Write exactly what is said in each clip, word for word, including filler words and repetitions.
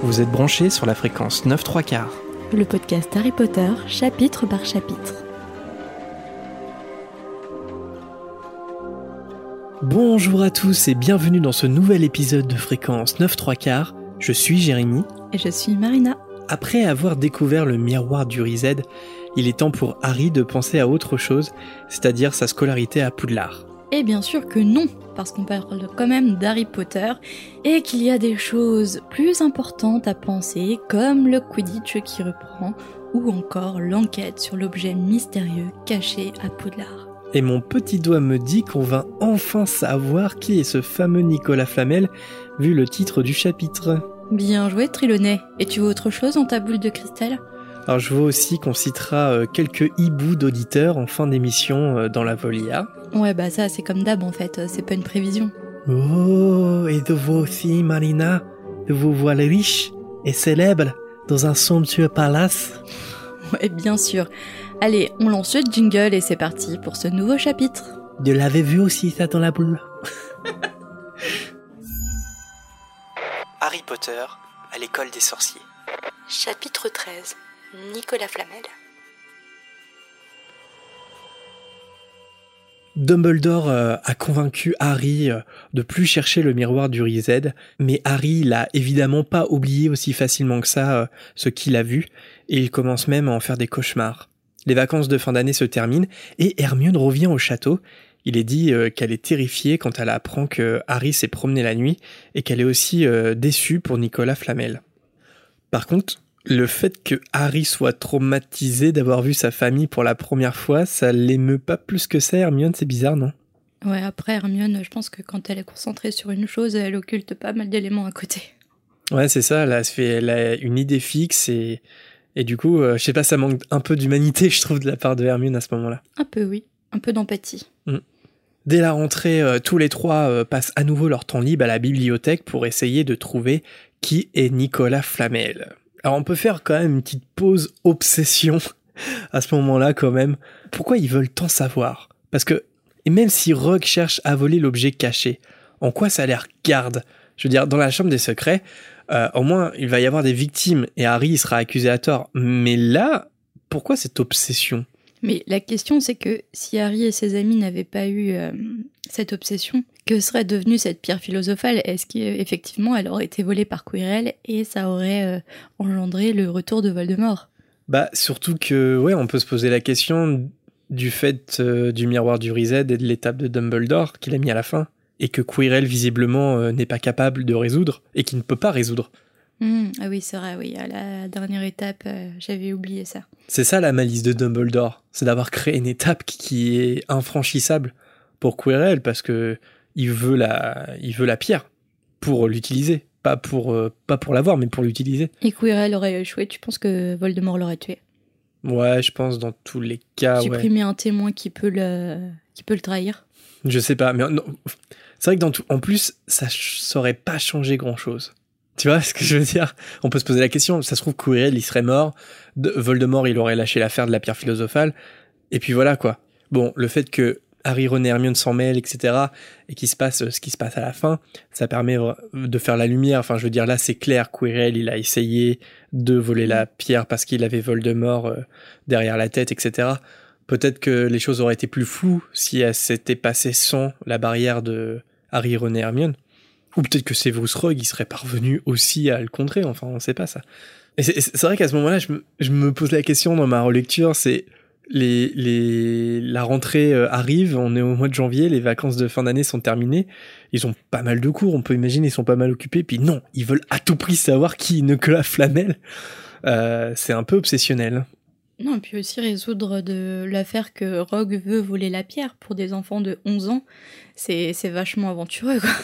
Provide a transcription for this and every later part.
Vous êtes branchés sur la fréquence neuf trois quarts. Le podcast Harry Potter, chapitre par chapitre. Bonjour à tous et bienvenue dans ce nouvel épisode de fréquence neuf trois quarts. Je suis Jérémy. Et je suis Marina. Après avoir découvert le miroir d'Urized, il est temps pour Harry de penser à autre chose, c'est-à-dire sa scolarité à Poudlard. Et bien sûr que non, parce qu'on parle quand même d'Harry Potter, et qu'il y a des choses plus importantes à penser, comme le Quidditch qui reprend, ou encore l'enquête sur l'objet mystérieux caché à Poudlard. Et mon petit doigt me dit qu'on va enfin savoir qui est ce fameux Nicolas Flamel, vu le titre du chapitre. Bien joué, Trelawney. Et tu vois autre chose dans ta boule de cristal ? Alors je vois aussi qu'on citera euh, quelques hiboux d'auditeurs en fin d'émission euh, dans la Volia. Ouais, bah ça, c'est comme d'hab en fait, c'est pas une prévision. Oh, et de vous aussi, Marina, de vous voir riche et célèbre dans un somptueux palace. Ouais, bien sûr. Allez, on lance le jingle et c'est parti pour ce nouveau chapitre. De l'avez vu aussi ça dans la boule. Harry Potter à l'école des sorciers. Chapitre treize. Nicolas Flamel. Dumbledore euh, a convaincu Harry euh, de plus chercher le miroir d'Urized, mais Harry l'a évidemment pas oublié aussi facilement que ça euh, ce qu'il a vu, et il commence même à en faire des cauchemars. Les vacances de fin d'année se terminent, et Hermione revient au château. Il est dit euh, qu'elle est terrifiée quand elle apprend que Harry s'est promené la nuit, et qu'elle est aussi euh, déçue pour Nicolas Flamel. Par contre, le fait que Harry soit traumatisé d'avoir vu sa famille pour la première fois, ça l'émeut pas plus que ça, Hermione, c'est bizarre, non ? Ouais, après Hermione, je pense que quand elle est concentrée sur une chose, elle occulte pas mal d'éléments à côté. Ouais, c'est ça, là, elle, se fait, elle a une idée fixe et, et du coup, euh, je sais pas, ça manque un peu d'humanité, je trouve, de la part de Hermione à ce moment-là. Un peu, oui. Un peu d'empathie. Mm. Dès la rentrée, euh, tous les trois euh, passent à nouveau leur temps libre à la bibliothèque pour essayer de trouver qui est Nicolas Flamel. Alors on peut faire quand même une petite pause obsession à ce moment-là quand même. Pourquoi ils veulent tant savoir ? Parce que, et même si Rogue cherche à voler l'objet caché, en quoi ça les regarde ? Je veux dire, dans la chambre des secrets, euh, au moins il va y avoir des victimes et Harry sera accusé à tort. Mais là, pourquoi cette obsession ? Mais la question c'est que si Harry et ses amis n'avaient pas eu euh, cette obsession, que serait devenue cette pierre philosophale ? Est-ce qu'effectivement elle aurait été volée par Quirrell et ça aurait euh, engendré le retour de Voldemort ? Bah surtout que, ouais, on peut se poser la question du fait euh, du miroir d'Urized et de l'étape de Dumbledore qu'il a mis à la fin, et que Quirrell visiblement euh, n'est pas capable de résoudre, et qu'il ne peut pas résoudre. Mmh, ah oui, c'est vrai, oui, à la dernière étape, euh, j'avais oublié ça. C'est ça la malice de Dumbledore, c'est d'avoir créé une étape qui est infranchissable pour Quirrell, parce que il veut la, il veut la pierre pour l'utiliser, pas pour, euh, pas pour l'avoir, mais pour l'utiliser. Et Quirrell aurait échoué, tu penses que Voldemort l'aurait tué ? Ouais, je pense dans tous les cas, Supprimer ouais. un témoin qui peut le, qui peut le trahir. Je sais pas, mais non, c'est vrai que dans tout, en plus, ça saurait pas changer grand-chose. Tu vois ce que je veux dire ? On peut se poser la question, ça se trouve Quirrell, il serait mort, de, Voldemort, il aurait lâché l'affaire de la pierre philosophale, et puis voilà quoi. Bon, le fait que Harry, Ron et Hermione s'en mêlent, et cetera, et qu'il se passe ce qui se passe à la fin, ça permet de faire la lumière. Enfin, je veux dire, là, c'est clair, Quirrell, il a essayé de voler la pierre parce qu'il avait Voldemort euh, derrière la tête, et cetera. Peut-être que les choses auraient été plus floues si elles s'étaient passées sans la barrière de Harry, Ron et Hermione. Ou peut-être que Severus Rogue, il serait parvenu aussi à le contrer, enfin, on sait pas ça. Et c'est, c'est vrai qu'à ce moment-là, je me, je me pose la question dans ma relecture, c'est les, les, la rentrée arrive, on est au mois de janvier, les vacances de fin d'année sont terminées, ils ont pas mal de cours, on peut imaginer, ils sont pas mal occupés, puis non, ils veulent à tout prix savoir qui est Nicolas Flamel. Euh, c'est un peu obsessionnel. Non, et puis aussi résoudre de l'affaire que Rogue veut voler la pierre pour des enfants de onze ans, c'est, c'est vachement aventureux, quoi.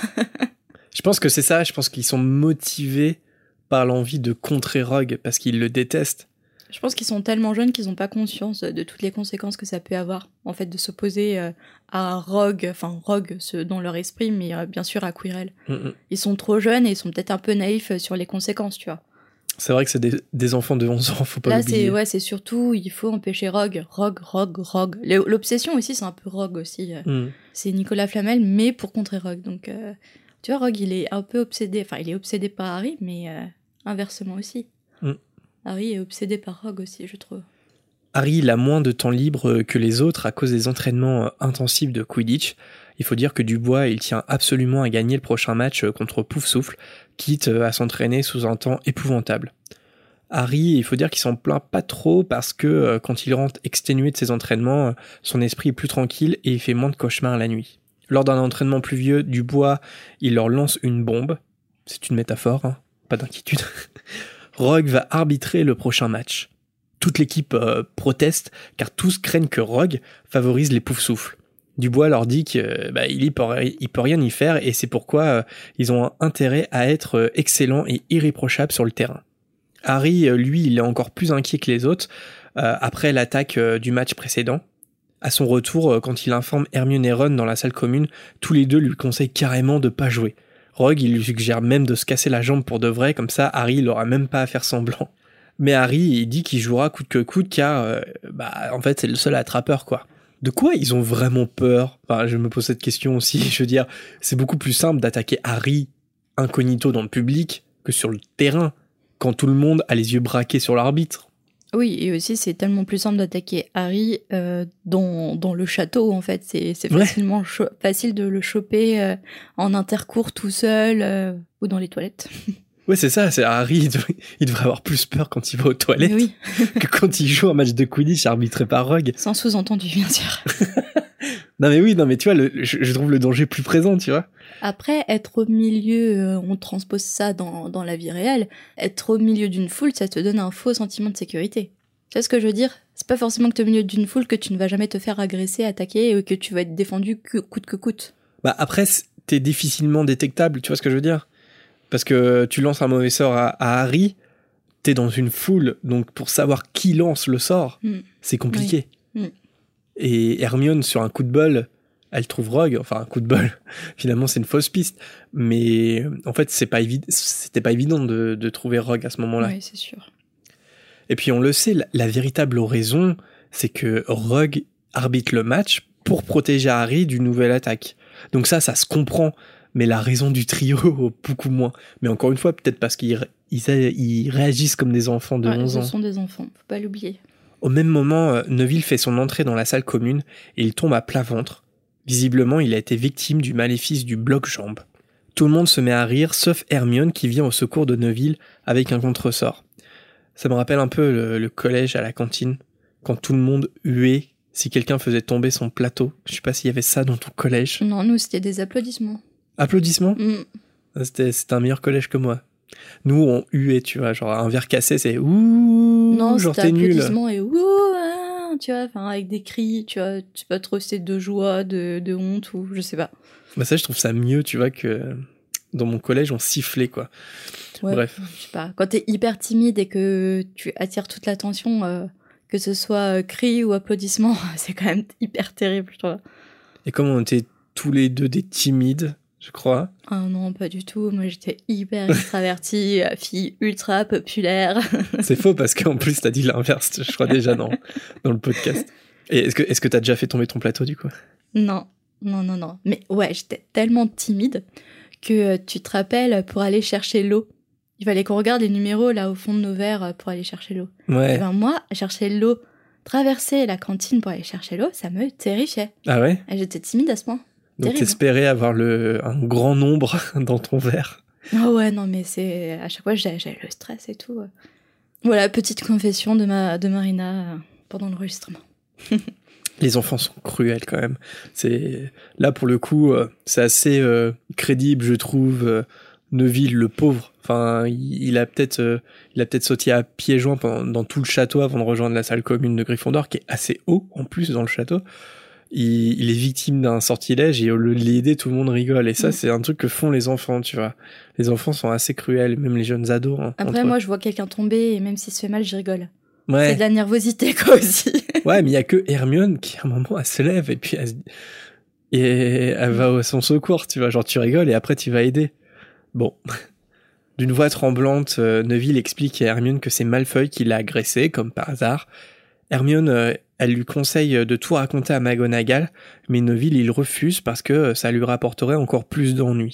Je pense que c'est ça, je pense qu'ils sont motivés par l'envie de contrer Rogue, parce qu'ils le détestent. Je pense qu'ils sont tellement jeunes qu'ils n'ont pas conscience de toutes les conséquences que ça peut avoir, en fait, de s'opposer euh, à Rogue, enfin Rogue ce, dans leur esprit, mais euh, bien sûr à Quirrell. Mm-hmm. Ils sont trop jeunes et ils sont peut-être un peu naïfs sur les conséquences, tu vois. C'est vrai que c'est des, des enfants de onze ans, faut pas Là, l'oublier. Là, c'est, ouais, c'est surtout, il faut empêcher Rogue, Rogue, Rogue, Rogue. L'obsession aussi, c'est un peu Rogue aussi. Mm. C'est Nicolas Flamel, mais pour contrer Rogue. Donc, euh, tu vois, Rogue, il est un peu obsédé, enfin, il est obsédé par Harry, mais... Euh, inversement aussi. Mm. Harry est obsédé par Rogue aussi, je trouve. Harry il a moins de temps libre que les autres à cause des entraînements intensifs de Quidditch. Il faut dire que Dubois il tient absolument à gagner le prochain match contre Poufsouffle, quitte à s'entraîner sous un temps épouvantable. Harry, il faut dire qu'il s'en plaint pas trop parce que quand il rentre exténué de ses entraînements, son esprit est plus tranquille et il fait moins de cauchemars la nuit. Lors d'un entraînement pluvieux, Dubois, il leur lance une bombe. C'est une métaphore, hein, pas d'inquiétude. Rogue va arbitrer le prochain match. Toute l'équipe euh, proteste car tous craignent que Rogue favorise les Poufsouffles. Dubois leur dit qu'il bah, il peut, il peut rien y faire et c'est pourquoi euh, ils ont intérêt à être euh, excellents et irréprochables sur le terrain. Harry, euh, lui, il est encore plus inquiet que les autres euh, après l'attaque euh, du match précédent. À son retour, euh, quand il informe Hermione et Ron dans la salle commune, tous les deux lui conseillent carrément de pas jouer. Rogue, il lui suggère même de se casser la jambe pour de vrai, comme ça Harry il aura même pas à faire semblant. Mais Harry, il dit qu'il jouera coûte que coûte car, euh, bah, en fait, c'est le seul attrapeur, quoi. De quoi ils ont vraiment peur ? Enfin, je me pose cette question aussi. Je veux dire, c'est beaucoup plus simple d'attaquer Harry incognito dans le public que sur le terrain, quand tout le monde a les yeux braqués sur l'arbitre. Oui, et aussi, c'est tellement plus simple d'attaquer Harry euh, dans, dans le château, en fait. C'est, c'est facilement ouais. cho- facile de le choper euh, en intercours tout seul euh, ou dans les toilettes. Ouais, c'est ça, c'est Harry, il devrait, il devrait avoir plus peur quand il va aux toilettes oui. que quand il joue un match de Quidditch arbitré par Rogue. Sans sous-entendu, bien sûr. Non mais oui, non mais tu vois, le, je, je trouve le danger plus présent, tu vois. Après, être au milieu, euh, on transpose ça dans, dans la vie réelle, être au milieu d'une foule, ça te donne un faux sentiment de sécurité. Tu vois ce que je veux dire ? C'est pas forcément que tu es au milieu d'une foule que tu ne vas jamais te faire agresser, attaquer, et que tu vas être défendu coûte que coûte. Bah après, t'es difficilement détectable, tu vois ce que je veux dire ? Parce que tu lances un mauvais sort à, à Harry, t'es dans une foule, donc pour savoir qui lance le sort, mm. c'est compliqué. Oui. Mm. Et Hermione, sur un coup de bol, elle trouve Rogue, enfin un coup de bol, finalement c'est une fausse piste, mais en fait c'est pas évi- c'était pas évident de, de trouver Rogue à ce moment-là. Oui, c'est sûr. Et puis on le sait, la, la véritable raison, c'est que Rogue arbitre le match pour protéger Harry d'une nouvelle attaque. Donc ça, ça se comprend. Mais la raison du trio, beaucoup moins. Mais encore une fois, peut-être parce qu'ils ils, ils réagissent comme des enfants de ouais, onze ans. Ce sont des enfants, faut pas l'oublier. Au même moment, Neville fait son entrée dans la salle commune et il tombe à plat ventre. Visiblement, il a été victime du maléfice du bloc-jambe. Tout le monde se met à rire, sauf Hermione qui vient au secours de Neville avec un contresort. Ça me rappelle un peu le, le collège à la cantine, quand tout le monde huait si quelqu'un faisait tomber son plateau. Je sais pas s'il y avait ça dans ton collège. Non, nous, c'était des applaudissements. Applaudissements mm. C'était, c'était un meilleur collège que moi. Nous, on huait, tu vois, genre un verre cassé, c'est ouh, non, genre c'était t'es nul. applaudissements et ouh, hein, tu vois, enfin avec des cris, tu vois, tu sais pas trop si c'est de joie, de, de honte ou je sais pas. Bah ça, je trouve ça mieux, tu vois, que dans mon collège, on sifflait, quoi. Ouais, bref. Je sais pas, quand t'es hyper timide et que tu attires toute l'attention, euh, que ce soit euh, cris ou applaudissements, c'est quand même hyper terrible, tu vois. Et comme on était tous les deux des timides, je crois. Ah non, pas du tout. Moi, j'étais hyper extravertie, fille ultra populaire. C'est faux parce qu'en plus, t'as dit l'inverse, je crois déjà dans, dans le podcast. Et est-ce que, est-ce que t'as déjà fait tomber ton plateau, du coup ? Non, non, non, non. Mais ouais, j'étais tellement timide que tu te rappelles, pour aller chercher l'eau, il fallait qu'on regarde les numéros là au fond de nos verres pour aller chercher l'eau. Ouais. Et ben moi, chercher l'eau, traverser la cantine pour aller chercher l'eau, ça me terrifiait. Ah ouais ? Et j'étais timide à ce point. Donc Terrible. t'espérais avoir le, un grand nombre dans ton verre. Oh ouais, non mais c'est... À chaque fois, j'avais, j'avais le stress et tout. Voilà, petite confession de, ma, de Marina pendant l'enregistrement. Les enfants sont cruels quand même. C'est... Là, pour le coup, c'est assez euh, crédible, je trouve. Euh, Neville, le pauvre, enfin, il, il, a peut-être, euh, il a peut-être sauté à pieds joints pendant, dans tout le château avant de rejoindre la salle commune de Gryffondor, qui est assez haut, en plus, dans le château. Il, il est victime d'un sortilège et au lieu de l'aider, tout le monde rigole. Et ça, mmh. c'est un truc que font les enfants, tu vois. Les enfants sont assez cruels, même les jeunes ados. Hein, Après, moi, je vois quelqu'un tomber et même s'il se fait mal, je rigole. Ouais. C'est de la nervosité, quoi, aussi. Ouais, mais il y a que Hermione qui, à un moment, elle se lève et puis elle, et elle va à son secours, tu vois. Genre, tu rigoles et après, tu vas aider. Bon. D'une voix tremblante, euh, Neville explique à Hermione que c'est Malfoy qui l'a agressé, comme par hasard. Hermione, euh, elle lui conseille de tout raconter à McGonagall, mais Neville, il refuse parce que ça lui rapporterait encore plus d'ennuis.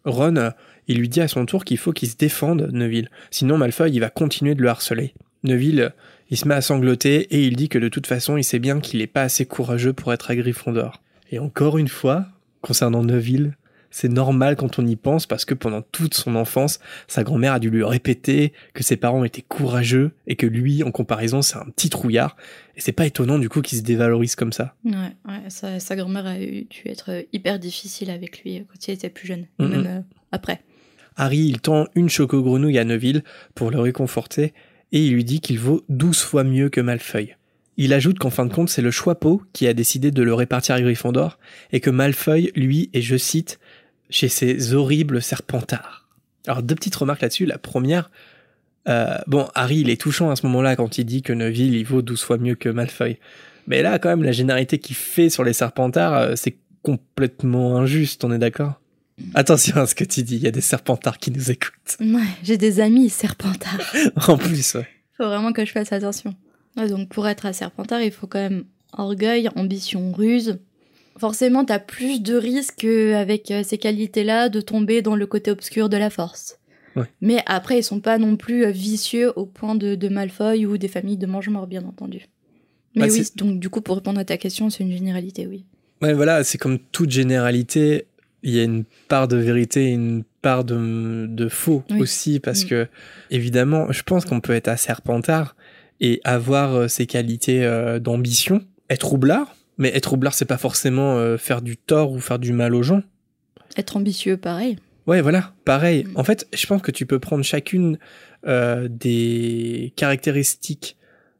Ron, euh, il lui dit à son tour qu'il faut qu'il se défende, Neville. Sinon, Malfoy, il va continuer de le harceler. Neville, euh, il se met à sangloter et il dit que de toute façon, il sait bien qu'il n'est pas assez courageux pour être à Gryffondor. Et encore une fois, concernant Neville, c'est normal quand on y pense parce que pendant toute son enfance, sa grand-mère a dû lui répéter que ses parents étaient courageux et que lui, en comparaison, c'est un petit trouillard. Et c'est pas étonnant du coup qu'il se dévalorise comme ça. Ouais, ouais sa, sa grand-mère a eu, dû être hyper difficile avec lui quand il était plus jeune, Mm-hmm. même euh, après. Harry, il tend une choco-grenouille à Neville pour le réconforter et il lui dit qu'il vaut douze fois mieux que Malfoy. Il ajoute qu'en fin de compte, c'est le Choixpeau qui a décidé de le répartir à Gryffondor et que Malfoy, lui, est, je cite, chez ces horribles serpentards. Alors, deux petites remarques là-dessus. La première, euh, bon, Harry, il est touchant à ce moment-là quand il dit que Neville, il vaut douze fois mieux que Malfoy. Mais là, quand même, la généralité qu'il fait sur les serpentards, euh, c'est complètement injuste, on est d'accord ? Attention à ce que tu dis, il y a des serpentards qui nous écoutent. Ouais, j'ai des amis serpentards. En plus, ouais. Faut vraiment que je fasse attention. Ouais, donc, pour être à serpentard, il faut quand même orgueil, ambition, ruse. Forcément, t'as plus de risques avec ces qualités-là de tomber dans le côté obscur de la force. Ouais. Mais après, ils sont pas non plus vicieux au point de, de Malfoy ou des familles de Mange-Morts, bien entendu. Mais bah, oui, c'est... donc du coup, pour répondre à ta question, c'est une généralité, oui. Ouais, voilà, c'est comme toute généralité, il y a une part de vérité et une part de, de faux oui. aussi, parce mmh. que, évidemment, je pense qu'on peut être à Serpentard et avoir ces qualités euh, d'ambition, être roublard. Mais être roublard, c'est pas forcément euh, faire du tort ou faire du mal aux gens. Être ambitieux, pareil. Ouais, voilà, pareil. Mmh. En fait, je pense que tu peux prendre chacune euh, des caractéristiques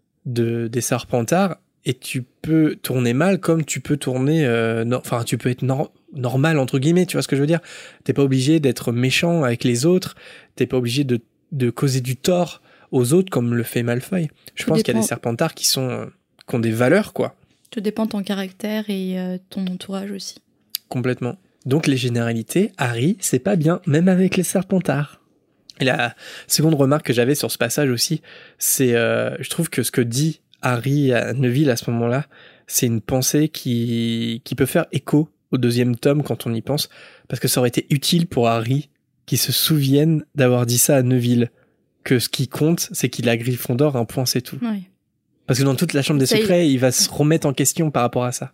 de, des serpentards et tu peux tourner mal comme tu peux tourner... Euh, no- enfin, tu peux être nor- normal, entre guillemets, tu vois ce que je veux dire ? T'es pas obligé d'être méchant avec les autres, t'es pas obligé de, de causer du tort aux autres comme le fait Malfoy. Je Tout pense dépend. qu'il y a des serpentards qui, sont, euh, qui ont des valeurs, quoi. Tout dépend de ton caractère et euh, ton entourage aussi. Complètement. Donc les généralités, Harry, c'est pas bien, même avec les serpentards. Et la seconde remarque que j'avais sur ce passage aussi, c'est, euh, je trouve que ce que dit Harry à Neville à ce moment-là, c'est une pensée qui, qui peut faire écho au deuxième tome quand on y pense, parce que ça aurait été utile pour Harry qu'il se souvienne d'avoir dit ça à Neville, que ce qui compte, c'est qu'il a Gryffondor, un point c'est tout. Oui. Parce que dans toute la chambre des ça secrets, y... il va se remettre en question par rapport à ça.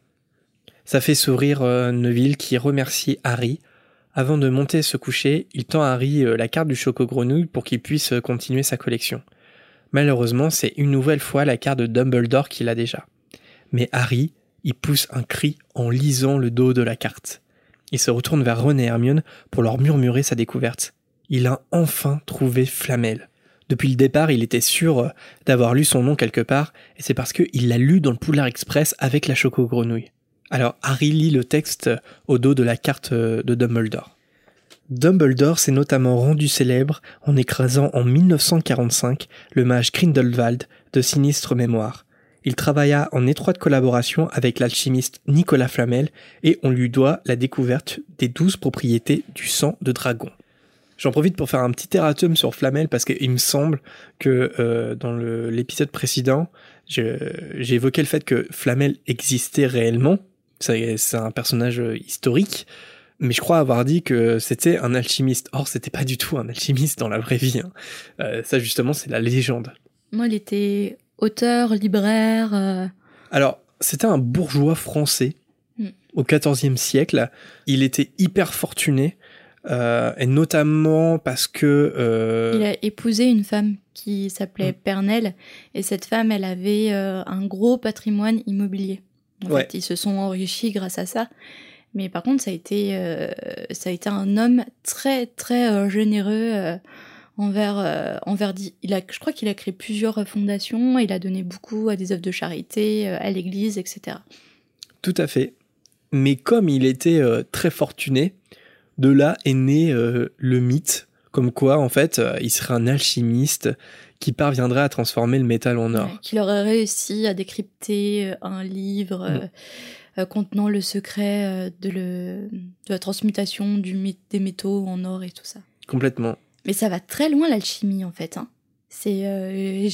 Ça fait sourire euh, Neville qui remercie Harry. Avant de monter se coucher, il tend à Harry euh, la carte du Choco-Grenouille pour qu'il puisse euh, continuer sa collection. Malheureusement, c'est une nouvelle fois la carte de Dumbledore qu'il a déjà. Mais Harry, il pousse un cri en lisant le dos de la carte. Il se retourne vers Ron et Hermione pour leur murmurer sa découverte. Il a enfin trouvé Flamel. Depuis le départ, il était sûr d'avoir lu son nom quelque part, et c'est parce qu'il l'a lu dans le Poudlard Express avec la Choco-Grenouille. Alors Harry lit le texte au dos de la carte de Dumbledore. Dumbledore s'est notamment rendu célèbre en écrasant en dix-neuf cent quarante-cinq le mage Grindelwald de sinistre mémoire. Il travailla en étroite collaboration avec l'alchimiste Nicolas Flamel et on lui doit la découverte des douze propriétés du sang de dragon. J'en profite pour faire un petit erratum sur Flamel parce qu'il me semble que euh, dans le, l'épisode précédent, je, j'ai évoqué le fait que Flamel existait réellement. C'est, c'est un personnage historique, mais je crois avoir dit que c'était un alchimiste. Or, c'était pas du tout un alchimiste dans la vraie vie. Hein. Euh, ça, justement, c'est la légende. Moi, il était auteur, libraire... Euh... Alors, c'était un bourgeois français mm. au quatorzième siècle. Il était hyper fortuné. Euh, et notamment parce que... Euh... Il a épousé une femme qui s'appelait mmh. Pernelle, et cette femme, elle avait euh, un gros patrimoine immobilier. En ouais. fait, ils se sont enrichis grâce à ça. Mais par contre, ça a été, euh, ça a été un homme très, très euh, généreux euh, envers... Euh, envers il a, je crois qu'il a créé plusieurs fondations, et il a donné beaucoup à des œuvres de charité, euh, à l'église, et cetera. Tout à fait. Mais comme il était euh, très fortuné, de là est né euh, le mythe, comme quoi, en fait, euh, il serait un alchimiste qui parviendrait à transformer le métal en or. Ouais, qu'il aurait réussi à décrypter euh, un livre euh, mmh. euh, contenant le secret euh, de, le, de la transmutation du, des métaux en or et tout ça. Complètement. Mais ça va très loin, l'alchimie, en fait. Hein. C'est, euh, j'ai,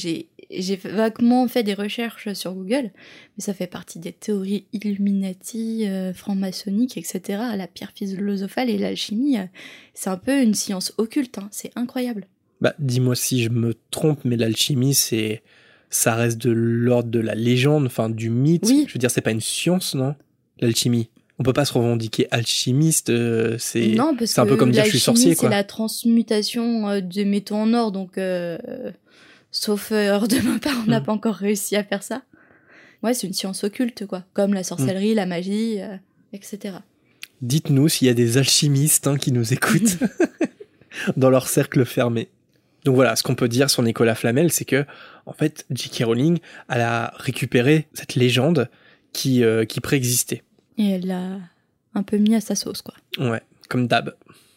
j'ai vaguement fait des recherches sur Google, mais ça fait partie des théories Illuminati, euh, franc-maçonniques, et cetera. La pierre philosophale et l'alchimie, euh, c'est un peu une science occulte, hein. C'est incroyable. Bah, dis-moi si je me trompe, mais l'alchimie, c'est, ça reste de l'ordre de la légende, enfin du mythe. Oui. Je veux dire, c'est pas une science, non? L'alchimie. On peut pas se revendiquer alchimiste, euh, c'est, non, parce c'est un peu comme dire je suis sorcier, quoi. C'est la transmutation euh, des métaux en or, donc euh, sauf erreur de ma part, on n'a mm. pas encore réussi à faire ça. Ouais, c'est une science occulte, quoi, comme la sorcellerie, mm. la magie, euh, et cetera. Dites-nous s'il y a des alchimistes hein, qui nous écoutent dans leur cercle fermé. Donc voilà, ce qu'on peut dire sur Nicolas Flamel, c'est que en fait, J K Rowling, elle a récupéré cette légende qui, euh, qui préexistait. Et elle l'a un peu mis à sa sauce, quoi. Ouais, comme d'hab.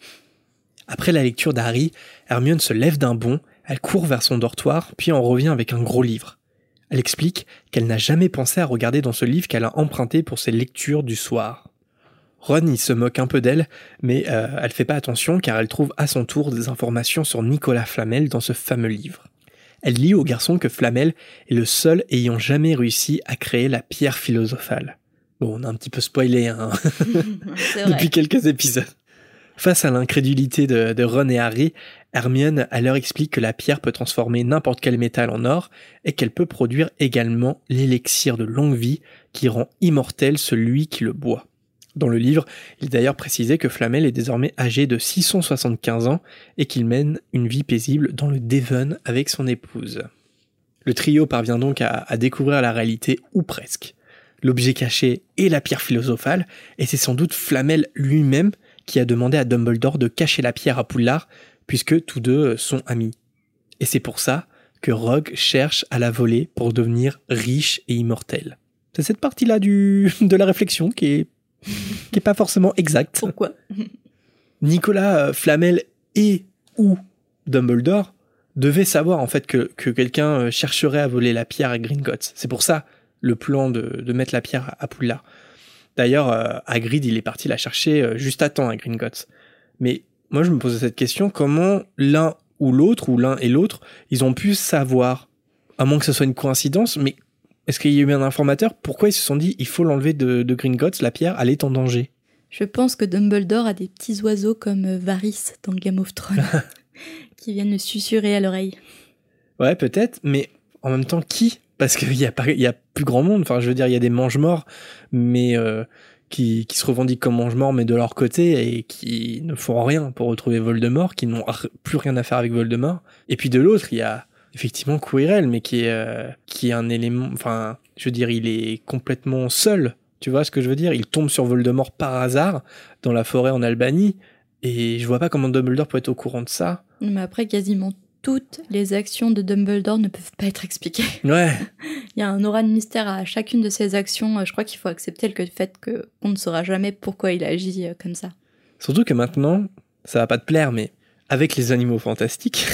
Après la lecture d'Harry, Hermione se lève d'un bond, elle court vers son dortoir, puis en revient avec un gros livre. Elle explique qu'elle n'a jamais pensé à regarder dans ce livre qu'elle a emprunté pour ses lectures du soir. Ron y se moque un peu d'elle, mais euh, elle fait pas attention car elle trouve à son tour des informations sur Nicolas Flamel dans ce fameux livre. Elle lit au garçon que Flamel est le seul ayant jamais réussi à créer la pierre philosophale. Bon, on a un petit peu spoilé hein, depuis quelques épisodes. Face à l'incrédulité de, de Ron et Harry, Hermione elle leur explique que la pierre peut transformer n'importe quel métal en or et qu'elle peut produire également l'élixir de longue vie qui rend immortel celui qui le boit. Dans le livre, il est d'ailleurs précisé que Flamel est désormais âgé de six cent soixante-quinze ans et qu'il mène une vie paisible dans le Devon avec son épouse. Le trio parvient donc à, à découvrir la réalité, ou presque. L'objet caché est la pierre philosophale, et c'est sans doute Flamel lui-même qui a demandé à Dumbledore de cacher la pierre à Poudlard, puisque tous deux sont amis. Et c'est pour ça que Rogue cherche à la voler pour devenir riche et immortel. C'est cette partie-là du, de la réflexion qui est, qui est pas forcément exacte. Pourquoi ? Nicolas euh, Flamel et ou Dumbledore devaient savoir en fait que, que quelqu'un chercherait à voler la pierre à Gringotts. C'est pour ça le plan de, de mettre la pierre à Poudlard. D'ailleurs, euh, Hagrid, il est parti la chercher euh, juste à temps à Gringotts. Mais moi, je me posais cette question, comment l'un ou l'autre, ou l'un et l'autre, ils ont pu savoir, à moins que ce soit une coïncidence, mais est-ce qu'il y a eu un informateur? Pourquoi ils se sont dit, il faut l'enlever de, de Gringotts, la pierre, elle est en danger? Je pense que Dumbledore a des petits oiseaux comme Varys dans Game of Thrones, qui viennent le susurrer à l'oreille. Ouais, peut-être, mais en même temps, qui? Parce qu'il y a pas, il y a plus grand monde. Enfin, je veux dire, il y a des mange-morts, mais euh, qui, qui se revendiquent comme mange-morts, mais de leur côté et qui ne font rien pour retrouver Voldemort, qui n'ont plus rien à faire avec Voldemort. Et puis de l'autre, il y a effectivement Quirrell, mais qui est, euh, qui est un élément. Enfin, je veux dire, il est complètement seul. Tu vois ce que je veux dire? Il tombe sur Voldemort par hasard dans la forêt en Albanie, et je vois pas comment Dumbledore peut être au courant de ça. Mais après, quasiment toutes les actions de Dumbledore ne peuvent pas être expliquées. Ouais. Il y a un aura de mystère à chacune de ses actions. Je crois qu'il faut accepter le fait que on ne saura jamais pourquoi il agit comme ça. Surtout que maintenant, ça va pas te plaire, mais avec les animaux fantastiques,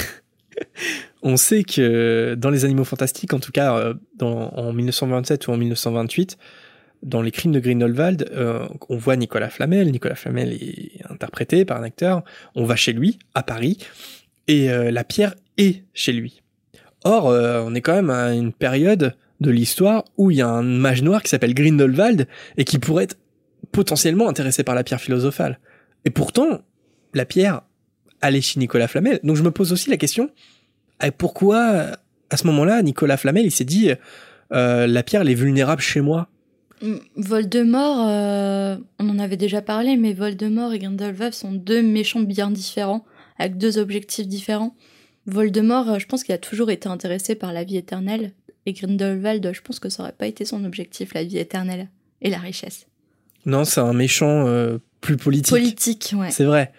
on sait que dans les animaux fantastiques, en tout cas dans, en dix-neuf cent vingt-sept ou en dix-neuf cent vingt-huit, dans les crimes de Grindelwald, euh, on voit Nicolas Flamel. Nicolas Flamel est interprété par un acteur. On va chez lui, à Paris, et euh, la pierre est chez lui. Or, euh, on est quand même à une période de l'histoire où il y a un mage noir qui s'appelle Grindelwald et qui pourrait être potentiellement intéressé par la pierre philosophale. Et pourtant, la pierre, elle est chez Nicolas Flamel. Donc je me pose aussi la question, pourquoi, à ce moment-là, Nicolas Flamel, il s'est dit, euh, la pierre, elle est vulnérable chez moi? Voldemort, euh, on en avait déjà parlé, mais Voldemort et Grindelwald sont deux méchants bien différents, avec deux objectifs différents. Voldemort, je pense qu'il a toujours été intéressé par la vie éternelle, et Grindelwald, je pense que ça aurait pas été son objectif, la vie éternelle et la richesse. Non, c'est un méchant euh, plus politique. Politique, ouais. C'est vrai.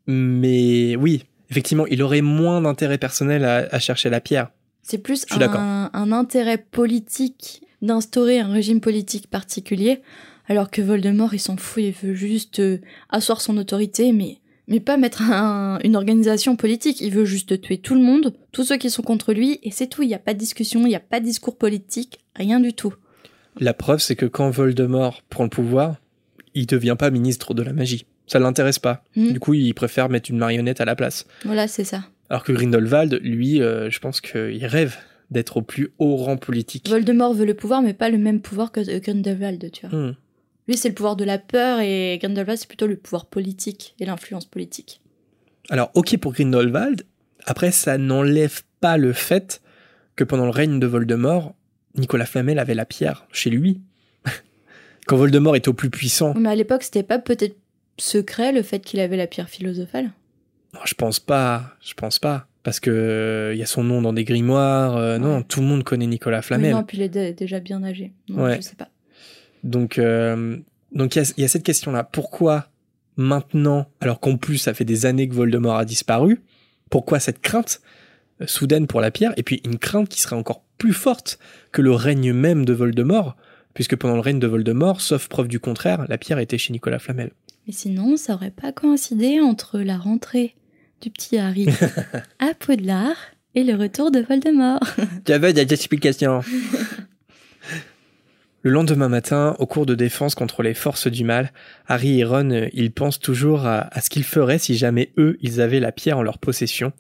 Mais oui, effectivement, il aurait moins d'intérêt personnel à, à chercher la pierre. C'est plus un, un intérêt politique d'instaurer un régime politique particulier, alors que Voldemort, il s'en fout, il veut juste euh, asseoir son autorité, mais, mais pas mettre un, une organisation politique, il veut juste tuer tout le monde, tous ceux qui sont contre lui, et c'est tout, il n'y a pas de discussion, il n'y a pas de discours politique, rien du tout. La preuve, c'est que quand Voldemort prend le pouvoir, il devient pas ministre de la magie. Ça l'intéresse pas. Mmh. Du coup, il préfère mettre une marionnette à la place. Voilà, c'est ça. Alors que Grindelwald, lui, euh, je pense qu'il rêve d'être au plus haut rang politique. Voldemort veut le pouvoir, mais pas le même pouvoir que Grindelwald, tu vois. Hmm. Lui, c'est le pouvoir de la peur, et Grindelwald, c'est plutôt le pouvoir politique et l'influence politique. Alors, ok pour Grindelwald, après, ça n'enlève pas le fait que pendant le règne de Voldemort, Nicolas Flamel avait la pierre chez lui. Quand Voldemort était au plus puissant. Mais à l'époque, c'était pas peut-être secret le fait qu'il avait la pierre philosophale ? Non, je pense pas, je pense pas. Parce que il euh, y a son nom dans des grimoires. Euh, ouais. Non, tout le monde connaît Nicolas Flamel. Oui, non, puis il est d- déjà bien âgé. Non, ouais. Je sais pas. Donc, euh, donc il y, y a cette question-là. Pourquoi maintenant, alors qu'en plus ça fait des années que Voldemort a disparu, pourquoi cette crainte euh, soudaine pour la pierre, et puis une crainte qui serait encore plus forte que le règne même de Voldemort, puisque pendant le règne de Voldemort, sauf preuve du contraire, la pierre était chez Nicolas Flamel. Mais sinon, ça aurait pas coïncidé entre la rentrée du petit Harry à Poudlard et le retour de Voldemort. J'avais des explications. Le lendemain matin, au cours de défense contre les forces du mal, Harry et Ron, ils pensent toujours à, à ce qu'ils feraient si jamais eux, ils avaient la pierre en leur possession.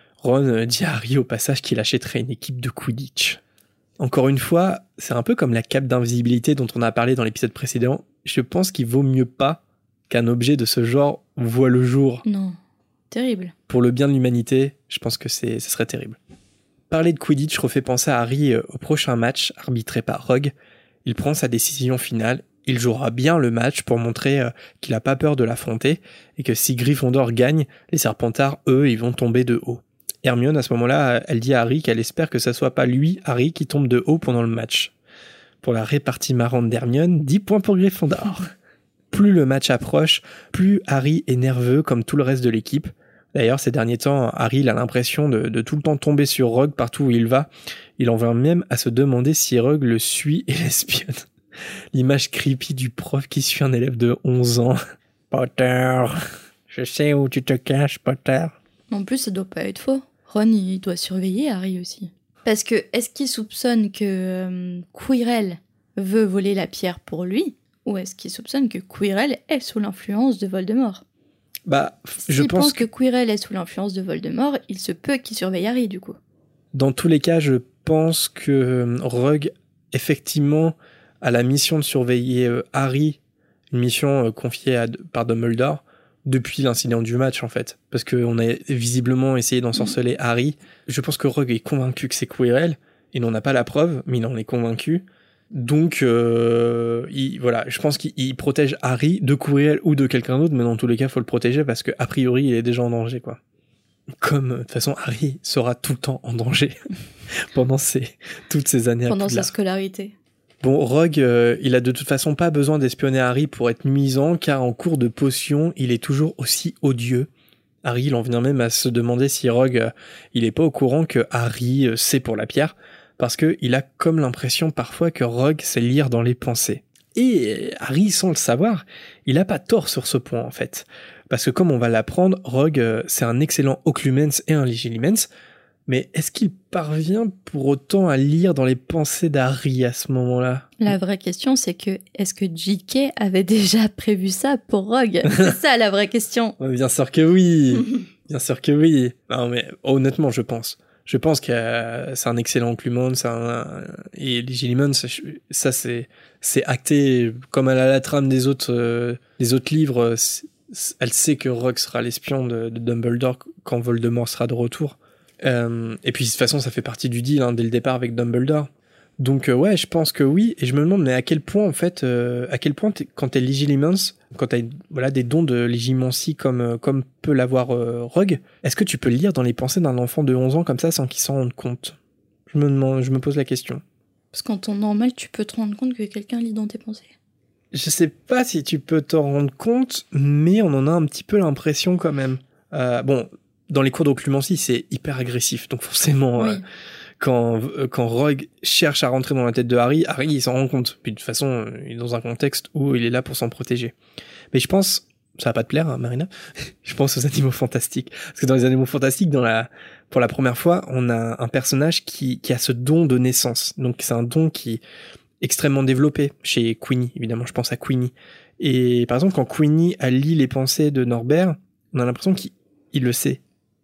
Ron dit à Harry au passage qu'il achèterait une équipe de Quidditch. Encore une fois, c'est un peu comme la cape d'invisibilité dont on a parlé dans l'épisode précédent. Je pense qu'il vaut mieux pas qu'un objet de ce genre voit le jour. Non, terrible. Pour le bien de l'humanité, je pense que c'est, ce serait terrible. Parler de Quidditch refait penser à Harry au prochain match arbitré par Rogue. Il prend sa décision finale, il jouera bien le match pour montrer euh, qu'il n'a pas peur de l'affronter et que si Gryffondor gagne, les Serpentards, eux, ils vont tomber de haut. Hermione, à ce moment-là, elle dit à Harry qu'elle espère que ça soit pas lui, Harry, qui tombe de haut pendant le match. Pour la répartie marrante d'Hermione, dix points pour Gryffondor. Plus le match approche, plus Harry est nerveux comme tout le reste de l'équipe. D'ailleurs, ces derniers temps, Harry il a l'impression de, de tout le temps tomber sur Rogue partout où il va. Il en vient même à se demander si Rogue le suit et l'espionne. L'image creepy du prof qui suit un élève de onze ans. Potter, je sais où tu te caches, Potter. En plus, ça doit pas être faux. Ron, il doit surveiller Harry aussi. Parce que, est-ce qu'il soupçonne que euh, Quirrell veut voler la pierre pour lui ? Ou est-ce qu'il soupçonne que Quirrell est sous l'influence de Voldemort ? Bah, je S'il pense pense que... que Quirrell est sous l'influence de Voldemort, il se peut qu'il surveille Harry, du coup. Dans tous les cas, je pense que Rogue, effectivement, a la mission de surveiller euh, Harry, une mission euh, confiée à, par Dumbledore, depuis l'incident du match, en fait. Parce qu'on a visiblement essayé d'ensorceler mmh. Harry. Je pense que Rogue est convaincu que c'est Quirrell. Il n'en a pas la preuve, mais il en est convaincu. Donc, euh, il, voilà, je pense qu'il protège Harry de Quirrell ou de quelqu'un d'autre, mais dans tous les cas, il faut le protéger parce que a priori, il est déjà en danger, quoi. Comme, de toute façon, Harry sera tout le temps en danger pendant ces, toutes ces années. Pendant à sa scolarité. Bon, Rogue, euh, il a de toute façon pas besoin d'espionner Harry pour être nuisant, car en cours de potion, il est toujours aussi odieux. Harry, il en vient même à se demander si Rogue, euh, il est pas au courant que Harry euh, sait pour la pierre, parce que il a comme l'impression parfois que Rogue sait lire dans les pensées. Et Harry, sans le savoir, il a pas tort sur ce point, en fait. Parce que comme on va l'apprendre, Rogue, euh, c'est un excellent Occlumens et un Legilimens, mais est-ce qu'il parvient pour autant à lire dans les pensées d'Harry à ce moment-là ? La vraie question, c'est que est-ce que J K avait déjà prévu ça pour Rogue ? C'est ça la vraie question. Bien sûr que oui. Bien sûr que oui. Non, mais honnêtement, je pense. Je pense que euh, c'est un excellent Occlumens, c'est un, et Legilimens, ça c'est c'est acté comme elle a la trame des autres euh, des autres livres. Elle sait que Rogue sera l'espion de, de Dumbledore quand Voldemort sera de retour. Euh, et puis de toute façon ça fait partie du deal hein, dès le départ avec Dumbledore. Donc euh, ouais, je pense que oui, et je me demande mais à quel point en fait, euh, à quel point t'es, quand t'es Legilimens, quand t'as voilà des dons de légimancie comme euh, comme peut l'avoir euh, Rogue, est-ce que tu peux lire dans les pensées d'un enfant de onze ans comme ça sans qu'il s'en rende compte ? Je me demande, je me pose la question. Parce qu'en temps normal, tu peux te rendre compte que quelqu'un lit dans tes pensées. Je sais pas si tu peux t'en rendre compte, mais on en a un petit peu l'impression quand même. Euh, bon, dans les cours d'occlumencie, c'est hyper agressif, donc forcément, oui. euh, quand, euh, quand Rogue cherche à rentrer dans la tête de Harry, Harry, il s'en rend compte. Puis de toute façon, il est dans un contexte où il est là pour s'en protéger. Mais je pense, ça va pas te plaire, hein, Marina, je pense aux animaux fantastiques. Parce que dans les animaux fantastiques, dans la, pour la première fois, on a un personnage qui, qui a ce don de naissance. Donc c'est un don qui est extrêmement développé chez Queenie, évidemment, je pense à Queenie. Et par exemple, quand Queenie, elle lit les pensées de Norbert, on a l'impression qu'il il le sait.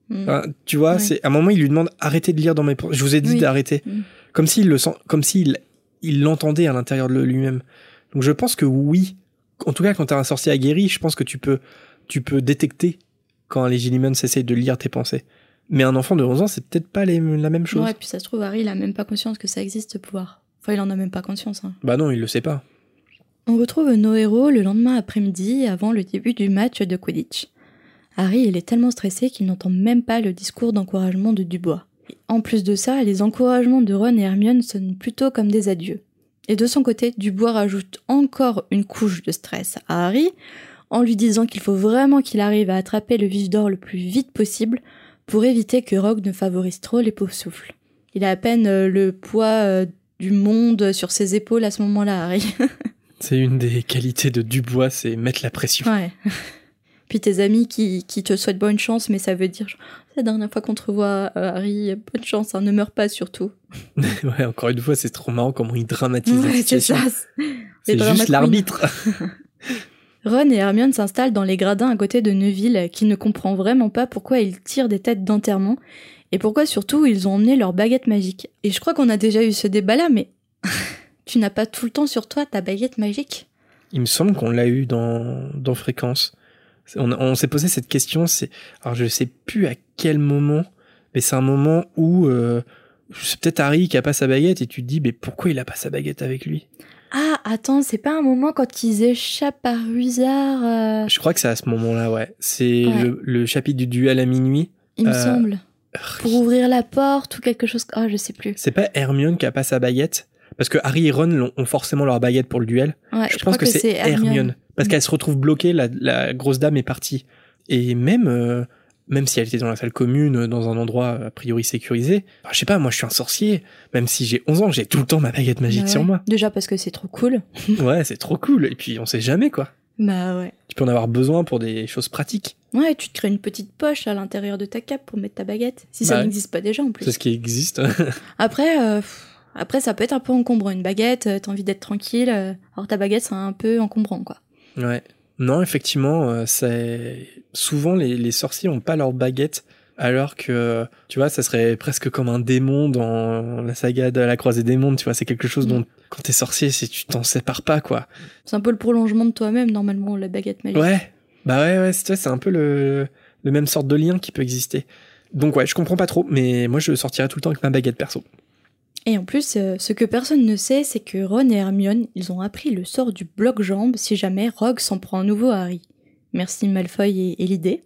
Mm. Enfin, tu vois, Oui. c'est à un moment il lui demande arrêtez de lire dans mes pensées. Je vous ai dit Oui. d'arrêter. Mm. Comme s'il le sent, comme s'il il l'entendait à l'intérieur de lui-même. Donc je pense que oui. En tout cas, quand t'as un sorcier aguerri, je pense que tu peux, tu peux détecter quand un Legilimens essaye de lire tes pensées. Mais un enfant de onze ans, c'est peut-être pas les, la même chose. Ouais, puis ça se trouve, Harry, il a même pas conscience que ça existe, ce pouvoir. Enfin, il en a même pas conscience. Hein. Bah non, il le sait pas. On retrouve nos héros le lendemain après-midi, avant le début du match de Quidditch. Harry, il est tellement stressé qu'il n'entend même pas le discours d'encouragement de Dubois. En plus de ça, les encouragements de Ron et Hermione sonnent plutôt comme des adieux. Et de son côté, Dubois rajoute encore une couche de stress à Harry, en lui disant qu'il faut vraiment qu'il arrive à attraper le vif d'or le plus vite possible pour éviter que Rogue ne favorise trop les Poufsouffles. Il a à peine euh, le poids euh, du monde sur ses épaules à ce moment-là, Harry. C'est une des qualités de Dubois, c'est mettre la pression. Ouais. Puis tes amis qui, qui te souhaitent bonne chance, mais ça veut dire, genre, c'est la dernière fois qu'on te revoit, euh, Harry, bonne chance, hein, ne meurs pas surtout. Ouais, encore une fois, c'est trop marrant comment il dramatise la Ouais, c'est situation. ça. C'est drama juste queen. l'arbitre. Ron et Hermione s'installent dans les gradins à côté de Neville, qui ne comprend vraiment pas pourquoi ils tirent des têtes d'enterrement, et pourquoi surtout ils ont emmené leur baguette magique. Et je crois qu'on a déjà eu ce débat-là, mais tu n'as pas tout le temps sur toi ta baguette magique ? Il me semble qu'on l'a eu dans, dans Fréquence. On, on s'est posé cette question, c'est, alors je sais plus à quel moment, mais c'est un moment où euh, c'est peut-être Harry qui a pas sa baguette et tu te dis, mais pourquoi il a pas sa baguette avec lui ? Ah, attends, c'est pas un moment quand ils échappent à Rusard euh... Je crois que c'est à ce moment-là, ouais. C'est Ouais. le, le chapitre du duel à minuit. Il me Euh, semble. Pour ouvrir la porte ou quelque chose... Ah, je sais plus. C'est pas Hermione qui a pas sa baguette, parce que Harry et Ron l'ont- ont forcément leur baguette pour le duel. Ouais, je, je pense crois que, c'est Hermione. Hermione. Parce Mm. qu'elle se retrouve bloquée, la, la grosse dame est partie. Et même, euh, même si elle était dans la salle commune, dans un endroit a priori sécurisé, enfin, je sais pas, moi je suis un sorcier, même si j'ai onze ans, j'ai tout le temps ma baguette magique Bah sur ouais. moi. Déjà parce que c'est trop cool. Ouais, c'est trop cool. Et puis on sait jamais, quoi. Bah ouais. Tu peux en avoir besoin pour des choses pratiques. Ouais, tu te crées une petite poche à l'intérieur de ta cape pour mettre ta baguette. Si ça Bah ouais. n'existe pas déjà en plus. C'est ce qui existe. Après, euh, pff, après, ça peut être un peu encombrant. Une baguette, euh, t'as envie d'être tranquille. euh, alors ta baguette, c'est un peu encombrant, quoi. Ouais. Non, effectivement, euh, c'est souvent les, les sorciers ont pas leur baguette, alors que tu vois, ça serait presque comme un démon dans la saga de la Croisée des Mondes. Tu vois, c'est quelque chose dont quand t'es sorcier, c'est tu t'en sépares pas, quoi. C'est un peu le prolongement de toi-même, normalement, la baguette magique. Ouais. Bah ouais, ouais, c'est c'est un peu le le même sorte de lien qui peut exister. Donc ouais, je comprends pas trop, mais moi je sortirais tout le temps avec ma baguette perso. Et en plus, euh, ce que personne ne sait, c'est que Ron et Hermione, ils ont appris le sort du bloc-jambe si jamais Rogue s'en prend à nouveau à Harry. Merci Malfoy et, et l'idée.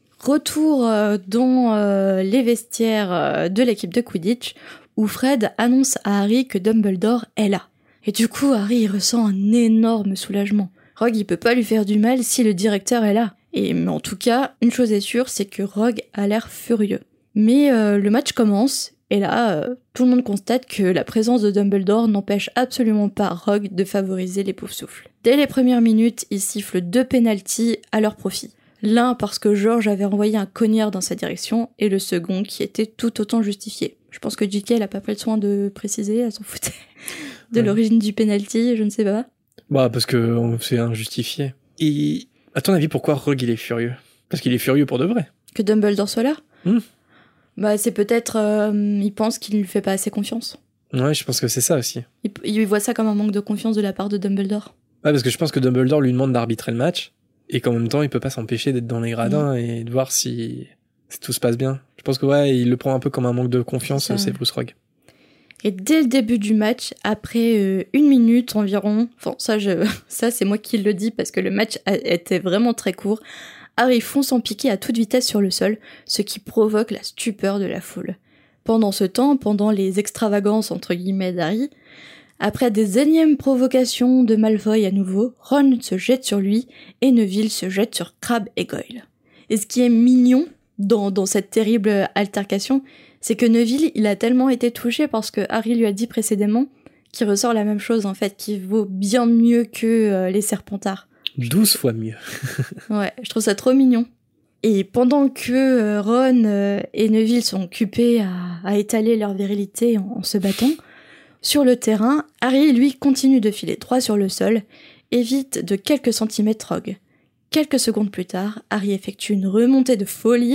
Retour euh, dans euh, les vestiaires euh, de l'équipe de Quidditch, où Fred annonce à Harry que Dumbledore est là. Et du coup, Harry il ressent un énorme soulagement. Rogue, il peut pas lui faire du mal si le directeur est là. Et mais en tout cas, une chose est sûre, c'est que Rogue a l'air furieux. Mais euh, le match commence, et là, euh, tout le monde constate que la présence de Dumbledore n'empêche absolument pas Rogue de favoriser les Poufsouffles. Dès les premières minutes, il siffle deux pénaltys à leur profit. L'un parce que George avait envoyé un cognard dans sa direction, et le second qui était tout autant justifié. Je pense que J K n'a pas pris le soin de préciser, elle s'en foutait de Ouais. l'origine du penalty, je ne sais pas. Bah parce que on- c'est injustifié. Et à ton avis, pourquoi Rogue il est furieux ? Parce qu'il est furieux pour de vrai. Que Dumbledore soit là Hmm. Bah c'est peut-être... euh, il pense qu'il ne lui fait pas assez confiance. Ouais, je pense que c'est ça aussi. Il, il voit ça comme un manque de confiance de la part de Dumbledore. Ouais, parce que je pense que Dumbledore lui demande d'arbitrer le match, et qu'en même temps, il peut pas s'empêcher d'être dans les gradins et de voir si, si tout se passe bien. Je pense que ouais, il le prend un peu comme un manque de confiance, C'est ça. Severus Rogue. Et dès le début du match, après euh, une minute environ, enfin ça, je, ça c'est moi qui le dis parce que le match a, était vraiment très court, Harry fonce en piqué à toute vitesse sur le sol, ce qui provoque la stupeur de la foule. Pendant ce temps, pendant les extravagances entre guillemets d'Harry, après des énièmes provocations de Malfoy à nouveau, Ron se jette sur lui et Neville se jette sur Crabbe et Goyle. Et ce qui est mignon dans, dans cette terrible altercation, c'est que Neville, il a tellement été touché parce que Harry lui a dit précédemment qu'il ressort la même chose en fait, qu'il vaut bien mieux que euh, les Serpentards. douze fois mieux. Ouais, je trouve ça trop mignon. Et pendant que euh, Ron euh, et Neville sont occupés à, à étaler leur virilité en, en se battant, sur le terrain, Harry, lui, continue de filer droit sur le sol, évite de quelques centimètres Rogue. Quelques secondes plus tard, Harry effectue une remontée de folie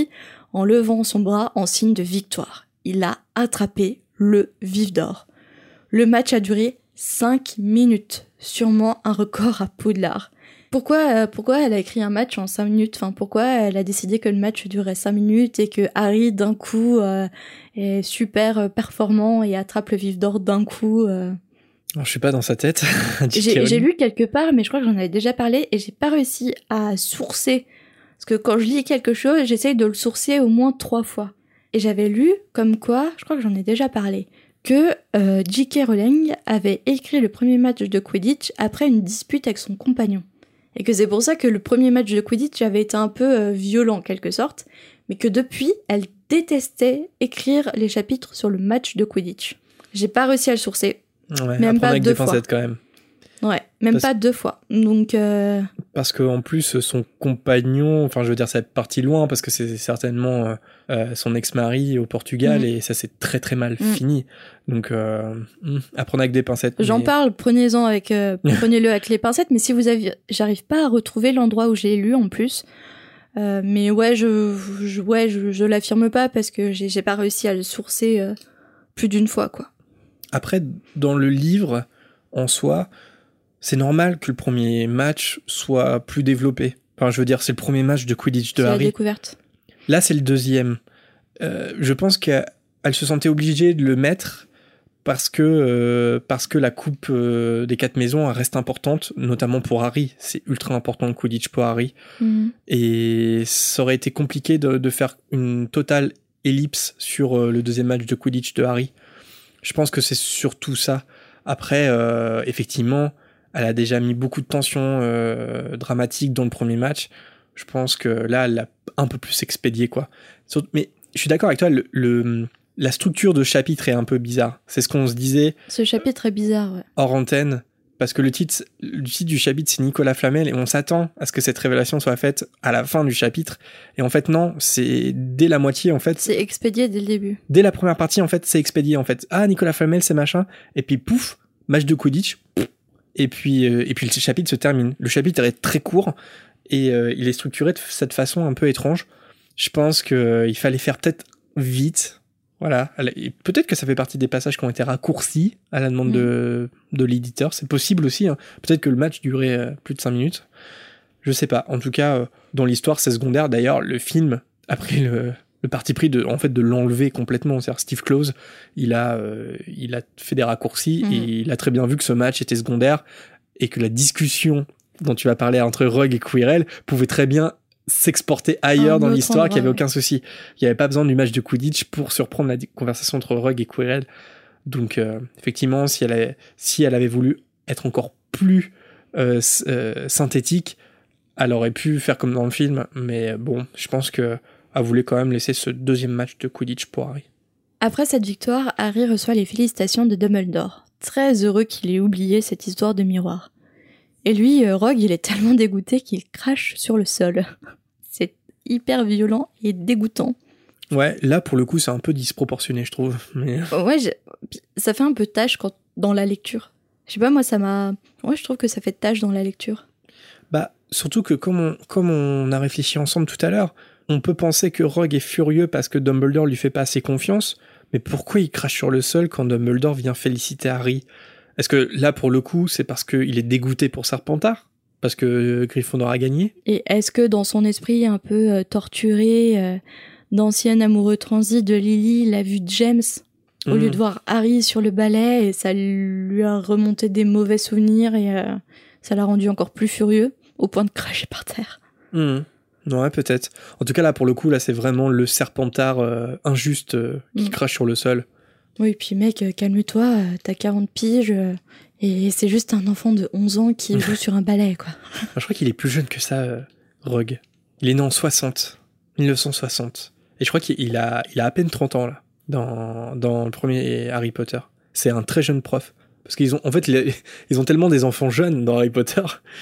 en levant son bras en signe de victoire. Il a attrapé le vif d'or. Le match a duré cinq minutes, sûrement un record à Poudlard. Pourquoi, euh, pourquoi elle a écrit un match en cinq minutes ? Enfin, pourquoi elle a décidé que le match durait cinq minutes et que Harry, d'un coup, euh, est super performant et attrape le vif d'or d'un coup euh... Alors, je suis pas dans sa tête. j'ai, j'ai lu quelque part, mais je crois que j'en avais déjà parlé et j'ai pas réussi à sourcer. Parce que quand je lis quelque chose, j'essaye de le sourcer au moins trois fois. Et j'avais lu comme quoi, je crois que j'en ai déjà parlé, que euh, J K. Rowling avait écrit le premier match de Quidditch après une dispute avec son compagnon. Et que c'est pour ça que le premier match de Quidditch avait été un peu euh, violent en quelque sorte, mais que depuis, elle détestait écrire les chapitres sur le match de Quidditch. J'ai pas réussi à le sourcer. Ouais, même pas avec deux des fois. pincettes quand même. Ouais, même parce... pas deux fois. Donc euh... parce que en plus son compagnon, enfin je veux dire ça est parti loin parce que c'est certainement euh, son ex-mari au Portugal mmh. et ça s'est très très mal mmh. fini. Donc euh, à prendre avec des pincettes. J'en mais... parle, prenez-en avec, euh, prenez-le avec les pincettes. Mais si vous avez, j'arrive pas à retrouver l'endroit où j'ai lu en plus. Euh, mais ouais, je, je ouais, je, je l'affirme pas parce que j'ai, j'ai pas réussi à le sourcer euh, plus d'une fois quoi. Après, dans le livre en soi, c'est normal que le premier match soit plus développé. Enfin, je veux dire, c'est le premier match de Quidditch de c'est Harry. La découverte. Là, c'est le deuxième. Euh, je pense qu'elle elle se sentait obligée de le mettre parce que, euh, parce que la coupe euh, des quatre maisons reste importante, notamment pour Harry. C'est ultra important le Quidditch pour Harry. Mm-hmm. Et ça aurait été compliqué de, de faire une totale ellipse sur euh, le deuxième match de Quidditch de Harry. Je pense que c'est surtout ça. Après, euh, effectivement, elle a déjà mis beaucoup de tensions euh, dramatiques dans le premier match. Je pense que là, elle l'a un peu plus expédié, quoi. Mais je suis d'accord avec toi, le, le, la structure de chapitre est un peu bizarre. C'est ce qu'on se disait. Ce chapitre est bizarre, ouais. Hors antenne, parce que le titre, le titre du chapitre, c'est Nicolas Flamel, et on s'attend à ce que cette révélation soit faite à la fin du chapitre. Et en fait, non, c'est dès la moitié, en fait. C'est expédié dès le début. Dès la première partie, en fait, c'est expédié, en fait. Ah, Nicolas Flamel, c'est machin. Et puis, pouf, match de Quidditch. Et puis, euh, et puis le chapitre se termine. Le chapitre est très court et euh, il est structuré de cette façon un peu étrange. Je pense qu'il euh, fallait faire peut-être vite. Voilà. Et peut-être que ça fait partie des passages qui ont été raccourcis à la demande mmh. de, de l'éditeur. C'est possible aussi. Hein. Peut-être que le match durait euh, plus de cinq minutes. Je sais pas. En tout cas, euh, dans l'histoire, c'est secondaire. D'ailleurs, le film a pris le, le parti pris de, en fait, de l'enlever complètement. C'est-à-dire Steve Close, il a, euh, il a fait des raccourcis mmh. et il a très bien vu que ce match était secondaire et que la discussion dont tu vas parler entre Rogue et Quirrell pouvait très bien s'exporter ailleurs Un dans l'histoire, endroit, qu'il n'y avait ouais. aucun souci. Il n'y avait pas besoin du match de Quidditch pour surprendre la conversation entre Rogue et Quirrell. Donc, euh, effectivement, si elle, avait, si elle avait voulu être encore plus euh, euh, synthétique, elle aurait pu faire comme dans le film. Mais bon, je pense qu'elle voulait quand même laisser ce deuxième match de Quidditch pour Harry. Après cette victoire, Harry reçoit les félicitations de Dumbledore. Très heureux qu'il ait oublié cette histoire de miroir. Et lui, Rogue, il est tellement dégoûté qu'il crache sur le sol. C'est hyper violent et dégoûtant. Ouais, là, pour le coup, c'est un peu disproportionné, je trouve. Mais... Ouais, j'ai... ça fait un peu tâche quand... dans la lecture. Je sais pas, moi, ça m'a... Ouais, je trouve que ça fait tâche dans la lecture. Bah, surtout que comme on, comme on a réfléchi ensemble tout à l'heure, on peut penser que Rogue est furieux parce que Dumbledore lui fait pas assez confiance, mais pourquoi il crache sur le sol quand Dumbledore vient féliciter Harry ? Est-ce que là, pour le coup, c'est parce qu'il est dégoûté pour Serpentard ? Parce que Gryffondor a gagné ? Et est-ce que dans son esprit un peu euh, torturé, euh, d'ancien amoureux transi de Lily, il a vu James, mmh. au lieu de voir Harry sur le balai, et ça lui a remonté des mauvais souvenirs, et euh, ça l'a rendu encore plus furieux, au point de cracher par terre. Mmh. Ouais, peut-être. En tout cas, là, pour le coup, là, c'est vraiment le Serpentard euh, injuste euh, qui mmh. crache sur le sol. Oui, puis mec, euh, calme-toi, euh, t'as quarante piges, euh, et c'est juste un enfant de onze ans qui joue sur un balai, quoi. Je crois qu'il est plus jeune que ça, euh, Rogue. Il est né en soixante, dix-neuf cent soixante. Et je crois qu'il a, il a à peine trente ans, là, dans, dans le premier Harry Potter. C'est un très jeune prof. Parce qu'ils ont, en fait, ils ont tellement des enfants jeunes dans Harry Potter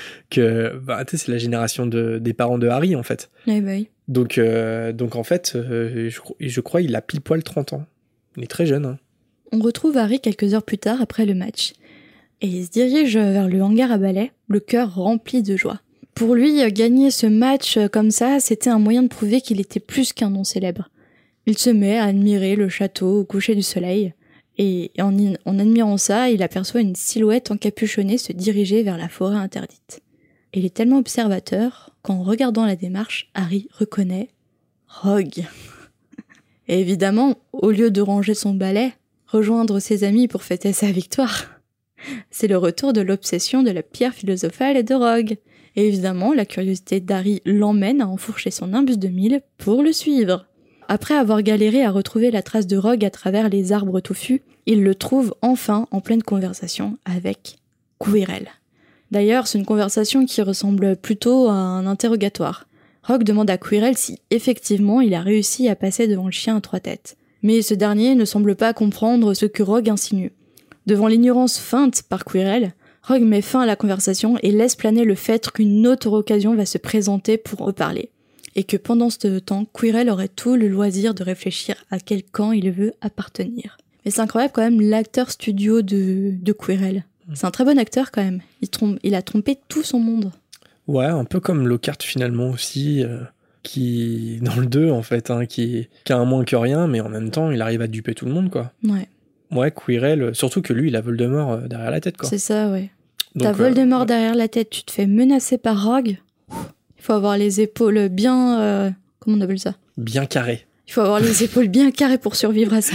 que, bah, tu sais, c'est la génération de, des parents de Harry, en fait. Oui, bah oui. Donc, euh, donc en fait, euh, je, je crois qu'il a pile poil trente ans. Il est très jeune, hein. On retrouve Harry quelques heures plus tard après le match. Et il se dirige vers le hangar à balai, le cœur rempli de joie. Pour lui, gagner ce match comme ça, c'était un moyen de prouver qu'il était plus qu'un nom célèbre. Il se met à admirer le château au coucher du soleil, et en, en admirant ça, il aperçoit une silhouette encapuchonnée se diriger vers la forêt interdite. Il est tellement observateur qu'en regardant la démarche, Harry reconnaît Rogue. Et évidemment, au lieu de ranger son balai, rejoindre ses amis pour fêter sa victoire, c'est le retour de l'obsession de la pierre philosophale et de Rogue. Et évidemment, la curiosité d'Harry l'emmène à enfourcher son imbus de mille pour le suivre. Après avoir galéré à retrouver la trace de Rogue à travers les arbres touffus, il le trouve enfin en pleine conversation avec Quirrell. D'ailleurs, c'est une conversation qui ressemble plutôt à un interrogatoire. Rogue demande à Quirrell si effectivement il a réussi à passer devant le chien à trois têtes. Mais ce dernier ne semble pas comprendre ce que Rogue insinue. Devant l'ignorance feinte par Quirrell, Rogue met fin à la conversation et laisse planer le fait qu'une autre occasion va se présenter pour reparler. Et que pendant ce temps, Quirrell aurait tout le loisir de réfléchir à quel camp il veut appartenir. Mais c'est incroyable quand même l'acteur studio de, de Quirrell. C'est un très bon acteur quand même. Il, trompe, il a trompé tout son monde. Ouais, un peu comme Lockhart finalement aussi, euh, qui, dans le deux en fait, hein, qui, qui a un moins que rien, mais en même temps, il arrive à duper tout le monde, quoi. Ouais. Ouais, Quirrell, surtout que lui, il a Voldemort euh, derrière la tête, quoi. C'est ça, ouais. Donc, T'as Voldemort euh, ouais. derrière la tête, tu te fais menacer par Rogue. Il faut avoir les épaules bien... Euh, comment on appelle ça ? Bien carré. Il faut avoir les épaules bien carrées pour survivre à ça.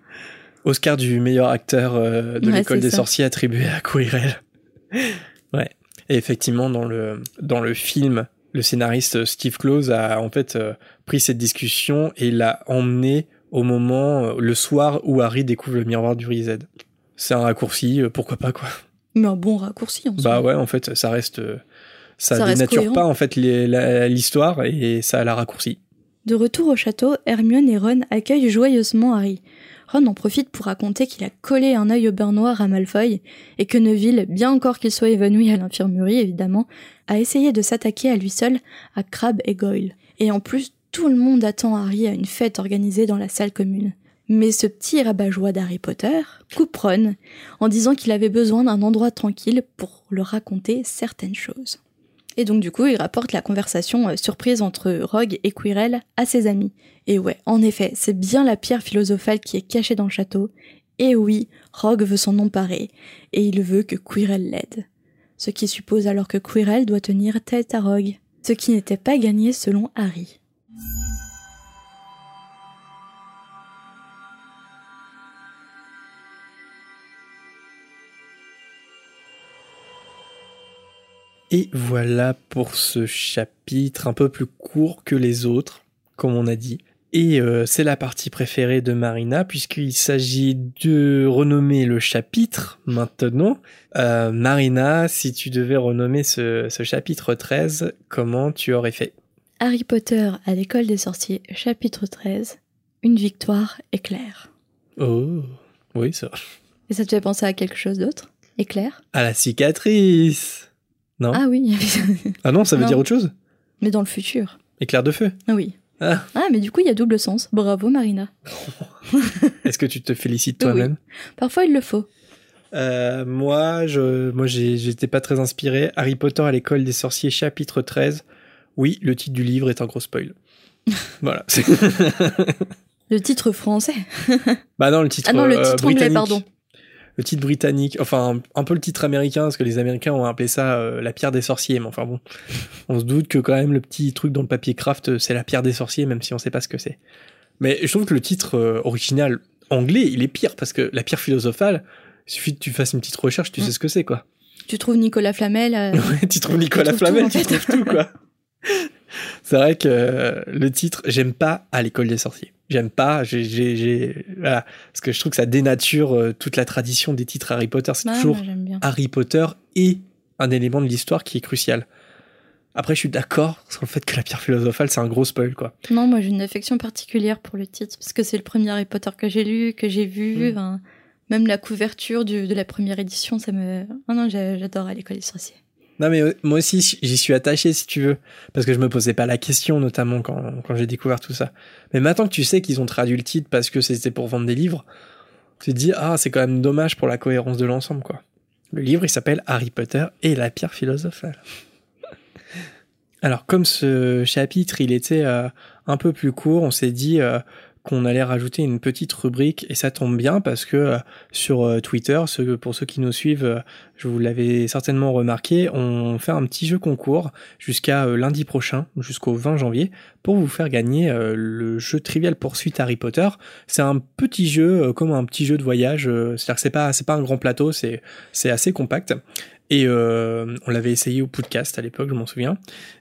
Oscar du meilleur acteur euh, de Ouais, l'école c'est des ça. sorciers attribué à Quirrell. Ouais. Et effectivement, dans le, dans le film, le scénariste Steve Close a en fait euh, pris cette discussion et l'a emmené au moment, euh, le soir où Harry découvre le miroir du Riséd. C'est un raccourci, euh, pourquoi pas, quoi. Mais un bon raccourci en soi. Bah ouais, en fait, ça reste... euh, ça, Ça reste dénature cohérent. pas en fait les- la- l'histoire et ça la raccourci. De retour au château, Hermione et Ron accueillent joyeusement Harry. Ron en profite pour raconter qu'il a collé un œil au beurre noir à Malfoy et que Neville, bien encore qu'il soit évanoui à l'infirmerie évidemment, a essayé de s'attaquer à lui seul à Crabbe et Goyle. Et en plus, tout le monde attend Harry à une fête organisée dans la salle commune. Mais ce petit rabat-joie d'Harry Potter coupe Ron en disant qu'il avait besoin d'un endroit tranquille pour leur raconter certaines choses. Et donc du coup, il rapporte la conversation euh, surprise entre Rogue et Quirrell à ses amis. Et ouais, en effet, c'est bien la pierre philosophale qui est cachée dans le château. Et oui, Rogue veut s'en emparer, et il veut que Quirrell l'aide. Ce qui suppose alors que Quirrell doit tenir tête à Rogue. Ce qui n'était pas gagné selon Harry. Et voilà pour ce chapitre un peu plus court que les autres, comme on a dit. Et euh, c'est la partie préférée de Marina, puisqu'il s'agit de renommer le chapitre maintenant. Euh, Marina, si tu devais renommer ce, ce chapitre treize, comment tu aurais fait ? Harry Potter à l'école des sorciers, chapitre treize. Une victoire éclair. Oh, oui, ça. Et ça te fait penser à quelque chose d'autre ? Éclair ? À la cicatrice. Non ? Ah oui, Ah non, ça veut Non. dire autre chose ? mais dans le futur. Éclair de feu. Ah oui. Ah. Ah, mais du coup, il y a double sens. Bravo, Marina. Est-ce que tu te félicites toi-même ? Parfois, il le faut. Euh, moi, je, moi, j'ai, j'étais pas très inspiré. Harry Potter à l'école des sorciers, chapitre treize. Oui, le titre du livre est un gros spoil. Voilà. C'est- Le titre français. bah non, le titre Ah non, le euh, titre anglais, britannique. pardon. Le titre britannique, enfin un, un peu le titre américain, parce que les Américains ont appelé ça euh, la pierre des sorciers, mais enfin bon, on se doute que quand même le petit truc dans le papier craft, euh, c'est la pierre des sorciers, même si on sait pas ce que c'est. Mais je trouve que le titre euh, original anglais, il est pire, parce que la pierre philosophale, il suffit que tu fasses une petite recherche, tu Mm. sais ce que c'est, quoi. Tu trouves Nicolas Flamel. euh, Ouais, tu trouves Nicolas Tu trouves Flamel, tout, en tu fait. trouves tout, quoi. C'est vrai que euh, le titre, j'aime pas à l'école des sorciers. J'aime pas, j'ai, j'ai, j'ai, voilà. Parce que je trouve que ça dénature euh, toute la tradition des titres Harry Potter. C'est bah, toujours moi, j'aime bien. Harry Potter et un élément de l'histoire qui est crucial. Après, je suis d'accord sur le fait que la pierre philosophale, c'est un gros spoil, quoi. Non, moi, j'ai une affection particulière pour le titre, parce que c'est le premier Harry Potter que j'ai lu, que j'ai vu. Mm. Enfin, même la couverture du, de la première édition, ça me... Ah non, j'ai- j'adore à l'école des sorciers. Non, mais euh, moi aussi, j'y suis attaché, si tu veux. Parce que je me posais pas la question, notamment quand, quand j'ai découvert tout ça. Mais maintenant que tu sais qu'ils ont traduit le titre parce que c'était pour vendre des livres, tu te dis, ah, c'est quand même dommage pour la cohérence de l'ensemble, quoi. Le livre, il s'appelle Harry Potter et la pierre philosophale. Alors, comme ce chapitre, il était euh, un peu plus court, on s'est dit euh, qu'on allait rajouter une petite rubrique, et ça tombe bien parce que euh, sur euh, Twitter, ceux, pour ceux qui nous suivent, euh, je vous l'avais certainement remarqué, on fait un petit jeu concours jusqu'à euh, lundi prochain, jusqu'au vingt janvier, pour vous faire gagner euh, le jeu Trivial Pursuit Harry Potter. C'est un petit jeu, euh, comme un petit jeu de voyage, euh, c'est-à-dire que c'est pas, c'est pas un grand plateau, c'est, c'est assez compact, et euh, on l'avait essayé au podcast à l'époque, je m'en souviens.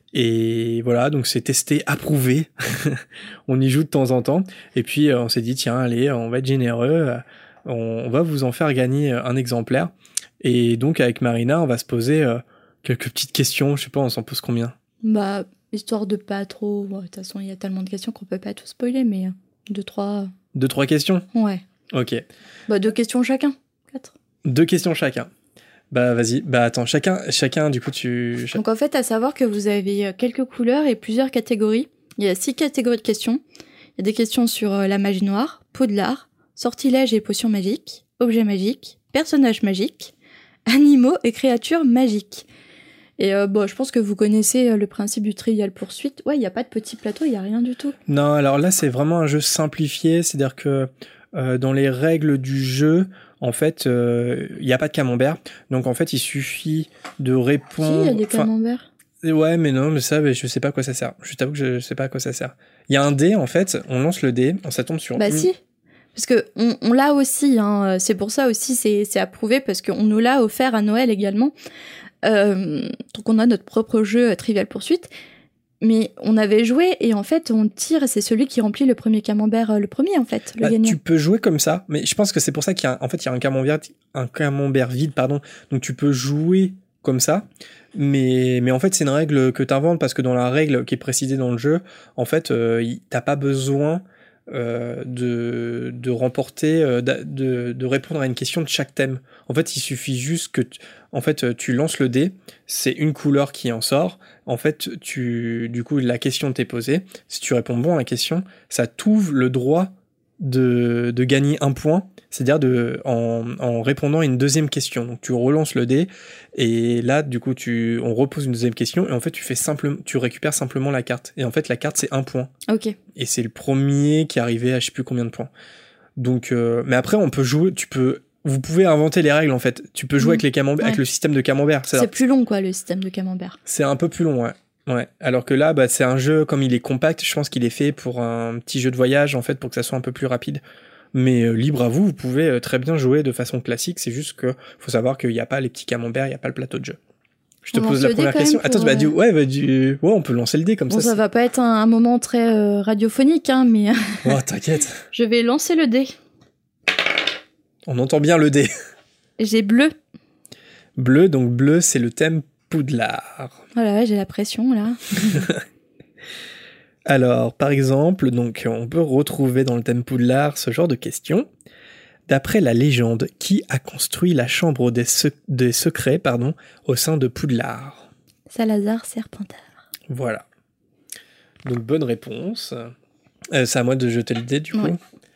Et voilà, donc c'est testé, approuvé. On y joue de temps en temps. Et puis euh, on s'est dit, tiens, allez, on va être généreux. euh, On, on va vous en faire gagner euh, un exemplaire. Et donc avec Marina, on va se poser euh, quelques petites questions. Je sais pas, on s'en pose combien? Bah, histoire de pas trop... De toute façon, il y a tellement de questions qu'on peut pas tout spoiler, mais euh, deux, trois... Deux, trois questions? Ouais. Ok. Bah, deux questions chacun. Quatre. Deux questions chacun. Bah vas-y, bah attends, chacun, chacun du coup tu... Donc en fait, à savoir que vous avez quelques couleurs et plusieurs catégories. Il y a six catégories de questions. Il y a des questions sur la magie noire, Poudlard, sortilèges et potions magiques, objets magiques, personnages magiques, animaux et créatures magiques. Et euh, bon, je pense que vous connaissez le principe du Trivial Pursuit. Ouais, il n'y a pas de petit plateau, il n'y a rien du tout. Non, alors là c'est vraiment un jeu simplifié, c'est-à-dire que euh, dans les règles du jeu... En fait, il euh, n'y a pas de camembert. Donc, en fait, il suffit de répondre... Si, il y a des enfin, camemberts. Ouais, mais non, mais ça, mais je sais pas à quoi ça sert. Je t'avoue que je sais pas à quoi ça sert. Il y a un dé, en fait, on lance le dé, ça tombe sur... Bah une... si, parce que on, on l'a aussi, hein. C'est pour ça aussi, c'est, c'est approuvé, parce qu'on nous l'a offert à Noël également. Euh, donc, on a notre propre jeu Trivial Pursuit. Mais on avait joué et en fait on tire, c'est celui qui remplit le premier camembert, le premier en fait, le bah, gagnant. Tu peux jouer comme ça, mais je pense que c'est pour ça qu'il y a, en fait, il y a un camembert, un camembert vide, pardon. Donc tu peux jouer comme ça, mais, mais en fait c'est une règle que tu inventes parce que dans la règle qui est précisée dans le jeu, en fait, euh, t'as pas besoin euh, de, de remporter, euh, de, de répondre à une question de chaque thème. En fait, il suffit juste que, t- en fait, tu lances le dé, c'est une couleur qui en sort. En fait, tu, du coup, la question t'est posée. Si tu réponds bon à la question, ça t'ouvre le droit de, de gagner un point, c'est-à-dire de, en, en répondant à une deuxième question. Donc, tu relances le dé, et là, du coup, tu, on repose une deuxième question, et en fait, tu fais simplement, tu récupères simplement la carte. Et en fait, la carte, c'est un point. Ok. Et c'est le premier qui est arrivé à je sais plus combien de points. Donc, euh, mais après, on peut jouer, tu peux, vous pouvez inventer les règles, en fait. Tu peux jouer mmh. avec les camemberts, ouais. Avec le système de camembert. C'est, c'est plus long, quoi, le système de camembert. C'est un peu plus long, ouais. Ouais. Alors que là, bah, c'est un jeu, comme il est compact, je pense qu'il est fait pour un petit jeu de voyage, en fait, pour que ça soit un peu plus rapide. Mais euh, libre à vous, vous pouvez euh, très bien jouer de façon classique, c'est juste que faut savoir qu'il n'y a pas les petits camemberts, il n'y a pas le plateau de jeu. Je te on pose la première question. Pour... Attends, bah, du... Ouais, bah, du... ouais, on peut lancer le dé comme bon, ça. Ça c'est... va pas être un, un moment très euh, radiophonique, hein, mais... Oh, t'inquiète. Je vais lancer le dé. On entend bien le dé. J'ai bleu. Bleu, donc bleu, c'est le thème Poudlard. Voilà, ouais, j'ai la pression, là. Alors, par exemple, donc, on peut retrouver dans le thème Poudlard ce genre de questions. D'après la légende, qui a construit la chambre des, sec- des secrets pardon, au sein de Poudlard? Salazar Serpentard. Voilà. Donc, bonne réponse. Euh, c'est à moi de jeter le dé, du coup. Ouais.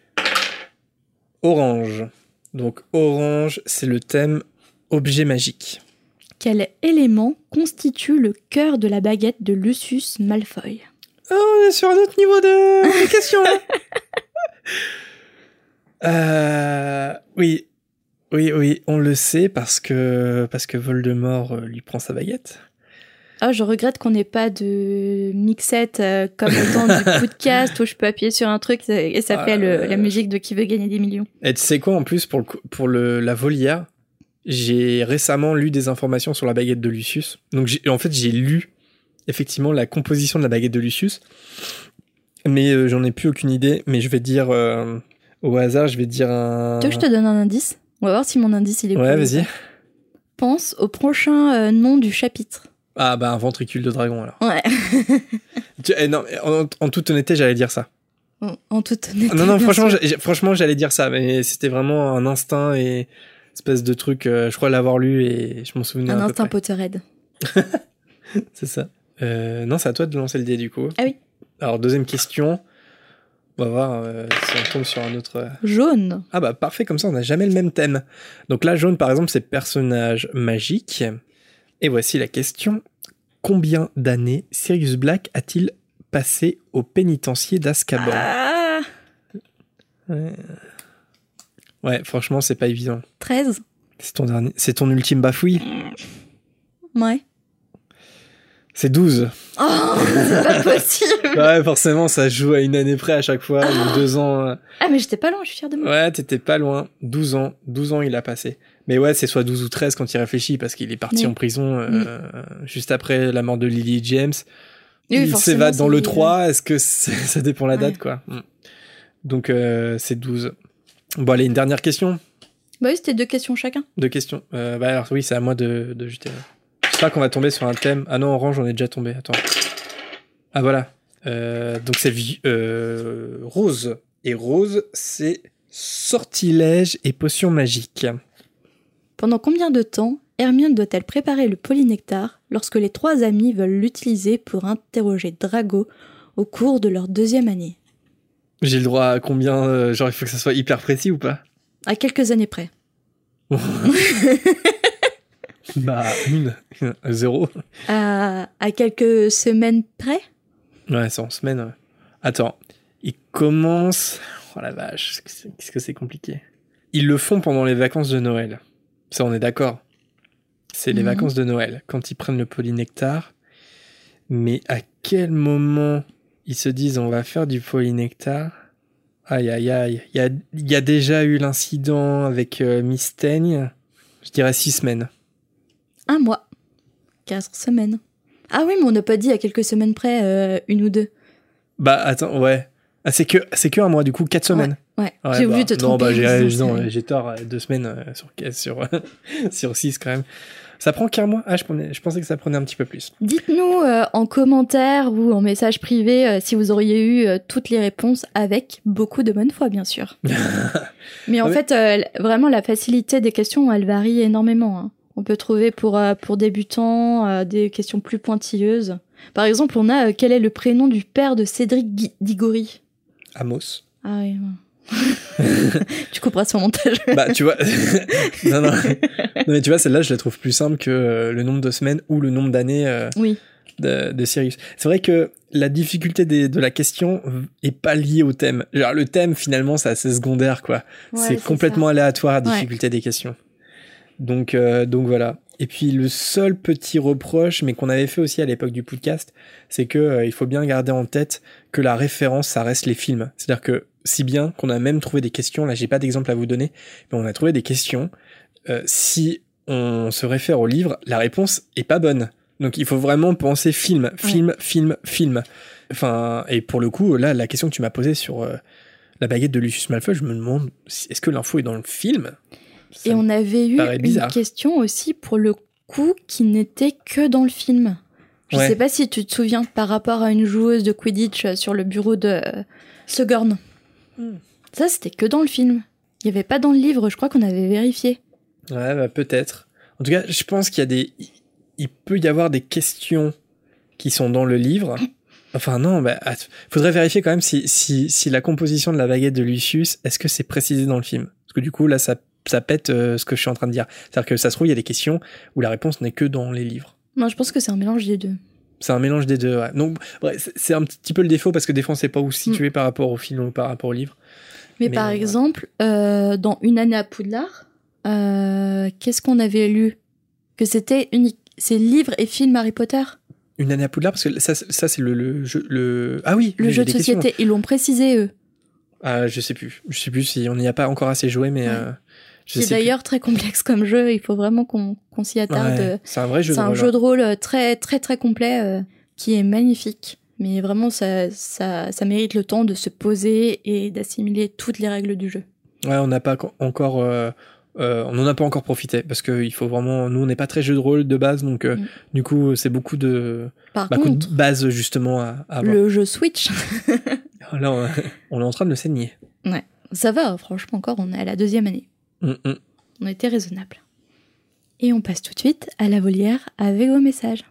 Orange. Donc, orange, c'est le thème objet magique. Quel élément constitue le cœur de la baguette de Lucius Malfoy? Oh, on est sur un autre niveau de, de questions. euh, oui, oui, oui, on le sait parce que, parce que Voldemort lui prend sa baguette. Ah, oh, je regrette qu'on n'ait pas de mixette euh, comme au temps du podcast où je peux appuyer sur un truc et ça ah, fait le, euh... la musique de Qui veut gagner des millions. Et tu sais quoi, en plus, pour, le, pour le, la volière, j'ai récemment lu des informations sur la baguette de Lucius. Donc, j'ai, en fait, j'ai lu effectivement la composition de la baguette de Lucius. Mais euh, j'en ai plus aucune idée. Mais je vais dire, euh, au hasard, je vais dire un... Tu veux que je te donne un indice? On va voir si mon indice, il est ouais, vas-y. Pas. Pense au prochain euh, nom du chapitre. Ah bah un ventricule de dragon alors. Ouais. tu, eh, non, en, en toute honnêteté, j'allais dire ça. En, en toute honnêteté. Non, non, franchement, j'ai, franchement, j'allais dire ça, mais c'était vraiment un instinct et espèce de truc, euh, je crois l'avoir lu et je m'en souvenais un un instinct peu Potterhead. C'est ça. Euh, non, c'est à toi de lancer le dé du coup. Ah oui. Alors, deuxième question. On va voir euh, si on tombe sur un autre... Euh... Jaune. Ah bah parfait, comme ça on n'a jamais le même thème. Donc là, jaune par exemple, c'est personnage magique. Et voici la question. combien d'années Sirius Black a-t-il passé au pénitencier d'Azkaban? Ah, Ouais. Ouais, franchement, c'est pas évident. treize. C'est ton dernier, c'est ton ultime bafouille. Ouais. C'est douze. Oh, c'est pas possible. Ouais, forcément, ça joue à une année près à chaque fois, ou deux ans. euh. Ah, mais j'étais pas loin, je suis fière de moi. Ouais, t'étais pas loin. douze ans. douze ans, il a passé. Mais ouais, c'est soit douze ou treize quand il réfléchit, parce qu'il est parti Oui. en prison euh, juste après la mort de Lily James. Oui, il forcément, s'évade dans le c'est- trois. Est-ce que c'est- ça dépend la Ouais. date, quoi. Mm. Donc, euh, c'est douze. Bon, allez, une dernière question. Bah oui, c'était deux questions chacun. Deux questions. Euh, bah alors, oui, c'est à moi de, de jeter. J'espère qu'on va tomber sur un thème. Ah non, orange, on est déjà tombé. Attends. Ah voilà. Euh, donc c'est vi- euh, rose. Et rose, c'est sortilège et potions magiques. Pendant combien de temps Hermione doit-elle préparer le polynectar lorsque les trois amis veulent l'utiliser pour interroger Drago au cours de leur deuxième année? J'ai le droit à combien euh, Genre, il faut que ça soit hyper précis ou pas? À quelques années près. Bah, une. Zéro. À, à quelques semaines près? Ouais, c'est en semaine. ouais. Attends. Ils commencent... Oh la vache, qu'est-ce que c'est compliqué. Ils le font pendant les vacances de Noël. Ça, on est d'accord. C'est les Mhm. vacances de Noël, quand ils prennent le polynectar. Mais à quel moment ils se disent on va faire du polynectar? Aïe, aïe, aïe. Il y a, il y a déjà eu l'incident avec euh, Miss Teigne. Je dirais six semaines. Un mois. Quatre semaines. Ah oui, mais on n'a pas dit à quelques semaines près, euh, une ou deux. Bah, attends, ouais. Ah, c'est que, c'est que un mois, du coup, quatre semaines. Ouais, Ouais, j'ai bah, voulu te non, tromper. bah, j'ai, en j'ai, disant non, ça. j'ai tort, euh, deux semaines euh, sur, sur, sur six quand même. Ça prend qu'un mois? Ah, je, prenais, je pensais que ça prenait un petit peu plus. Dites-nous euh, en commentaire ou en message privé euh, si vous auriez eu euh, toutes les réponses avec beaucoup de bonne foi, bien sûr. Mais en Ah, mais- fait, euh, vraiment, la facilité des questions, elle varie énormément. hein. On peut trouver pour, euh, pour débutants euh, des questions plus pointilleuses. Par exemple, on a euh, quel est le prénom du père de Cédric Gui- Diggory? Amos. Ah oui. ouais. Tu couperas sur montage. Bah, tu vois. non, non. non, mais tu vois, celle-là, je la trouve plus simple que euh, le nombre de semaines ou le nombre d'années euh, Oui. de, de Sirius. C'est vrai que la difficulté des- de la question est pas liée au thème. Genre, le thème, finalement, c'est assez secondaire, quoi. Ouais, c'est complètement ça. aléatoire, la Ouais. difficulté des questions. Donc, euh, donc voilà. Et puis, le seul petit reproche, mais qu'on avait fait aussi à l'époque du podcast, c'est que euh, il faut bien garder en tête que la référence, ça reste les films. C'est-à-dire que, si bien qu'on a même trouvé des questions, là, j'ai pas d'exemple à vous donner, mais on a trouvé des questions. Euh, si on se réfère au livre, la réponse est pas bonne. Donc, il faut vraiment penser film, film, film, film. Enfin, et pour le coup, là, la question que tu m'as posée sur euh, la baguette de Lucius Malfoy, je me demande, si- est-ce que l'info est dans le film? Ça Et me on avait eu paraît une bizarre. question aussi pour le coup qui n'était que dans le film. Je Ouais. sais pas si tu te souviens par rapport à une joueuse de Quidditch euh, sur le bureau de euh, Slughorn. Hmm. Ça, c'était que dans le film. Il y avait pas dans le livre, je crois qu'on avait vérifié. Ouais, bah, peut-être. En tout cas, je pense qu'il y a des... Il peut y avoir des questions qui sont dans le livre. Enfin, non, bah, att- faudrait vérifier quand même si, si, si la composition de la baguette de Lucius, est-ce que c'est précisé dans le film? Parce que du coup, là, ça, ça pète euh, ce que je suis en train de dire. C'est-à-dire que ça se trouve, il y a des questions où la réponse n'est que dans les livres. Non, je pense que c'est un mélange des deux. C'est un mélange des deux, ouais. Donc, ouais, c'est- c'est un petit peu le défaut parce que des fois, on sait pas où se situer par rapport au film ou par rapport au livre. Mais, Mais, par euh, ouais. exemple, euh, dans Une année à Poudlard, euh, qu'est-ce qu'on avait lu? Que c'était unique. C'est livre et film Harry Potter. Une année à Poudlard, parce que ça, c'est- ça c'est le, le jeu... Le... Ah oui, Le il y a jeu de des questions. société, ils l'ont précisé, eux. Ah, je sais plus. Je sais plus si on n'y a pas encore assez joué, mais Ouais. euh, je C'est sais plus. d'ailleurs très complexe comme jeu, il faut vraiment qu'on qu'on s'y attarde. Ouais, c'est un vrai jeu C'est de un rôle. jeu de rôle très très très complet euh, qui est magnifique. Mais vraiment, ça, ça, ça mérite le temps de se poser et d'assimiler toutes les règles du jeu. Ouais, on n'a pas co- encore, euh, euh, on n'en a pas encore profité parce que il faut vraiment, nous on n'est pas très jeu de rôle de base, donc euh, Mm. du coup c'est beaucoup de, Par beaucoup contre, de bases justement à, à avoir. le jeu Switch, Là, on, on est en train de le saigner. ça va, franchement encore, on est à la deuxième année. Mm, mm. On était raisonnable. Et on passe tout de suite à la volière avec vos messages.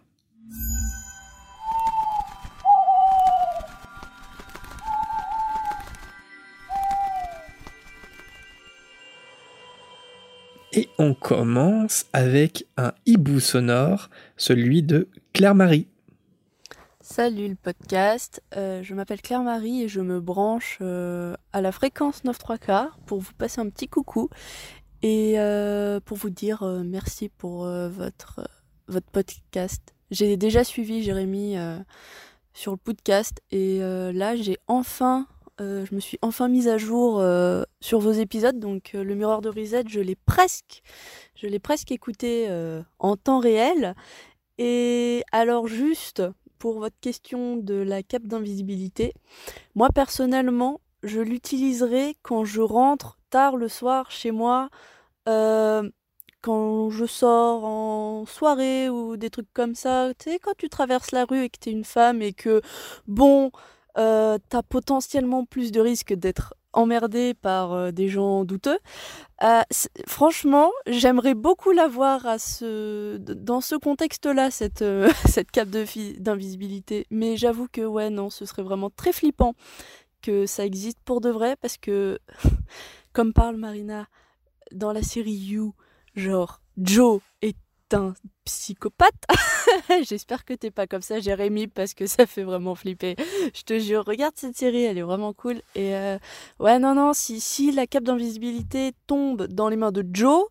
Et on commence avec un hibou sonore, celui de Claire-Marie. Salut le podcast, euh, je m'appelle Claire-Marie et je me branche euh, à la fréquence neuf trois quarts pour vous passer un petit coucou et euh, pour vous dire euh, merci pour euh, votre, euh, votre podcast. J'ai déjà suivi Jérémy euh, sur le podcast et euh, là j'ai enfin, euh, je me suis enfin mise à jour euh, sur vos épisodes, donc euh, le Miroir de Reset, je l'ai presque, je l'ai presque écouté euh, en temps réel. Et alors juste pour votre question de la cape d'invisibilité, moi personnellement, je l'utiliserai quand je rentre tard le soir chez moi, euh, quand je sors en soirée ou des trucs comme ça. Tu sais, quand tu traverses la rue et que t'es une femme et que, bon, euh, t'as potentiellement plus de risques d'être emmerdée par euh, des gens douteux. Euh, franchement, j'aimerais beaucoup l'avoir à ce... dans ce contexte-là, cette, euh, cette cape de fi... d'invisibilité. Mais j'avoue que, ouais, non, ce serait vraiment très flippant que ça existe pour de vrai, parce que, comme parle Marina dans la série You, genre, Joe est un psychopathe. J'espère que t'es pas comme ça, Jérémy, parce que ça fait vraiment flipper. Je te jure, regarde cette série, elle est vraiment cool. Et euh, ouais, non, non, si, si la cape d'invisibilité tombe dans les mains de Joe,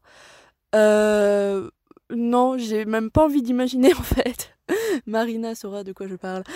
euh, non, j'ai même pas envie d'imaginer en fait. Marina saura de quoi je parle.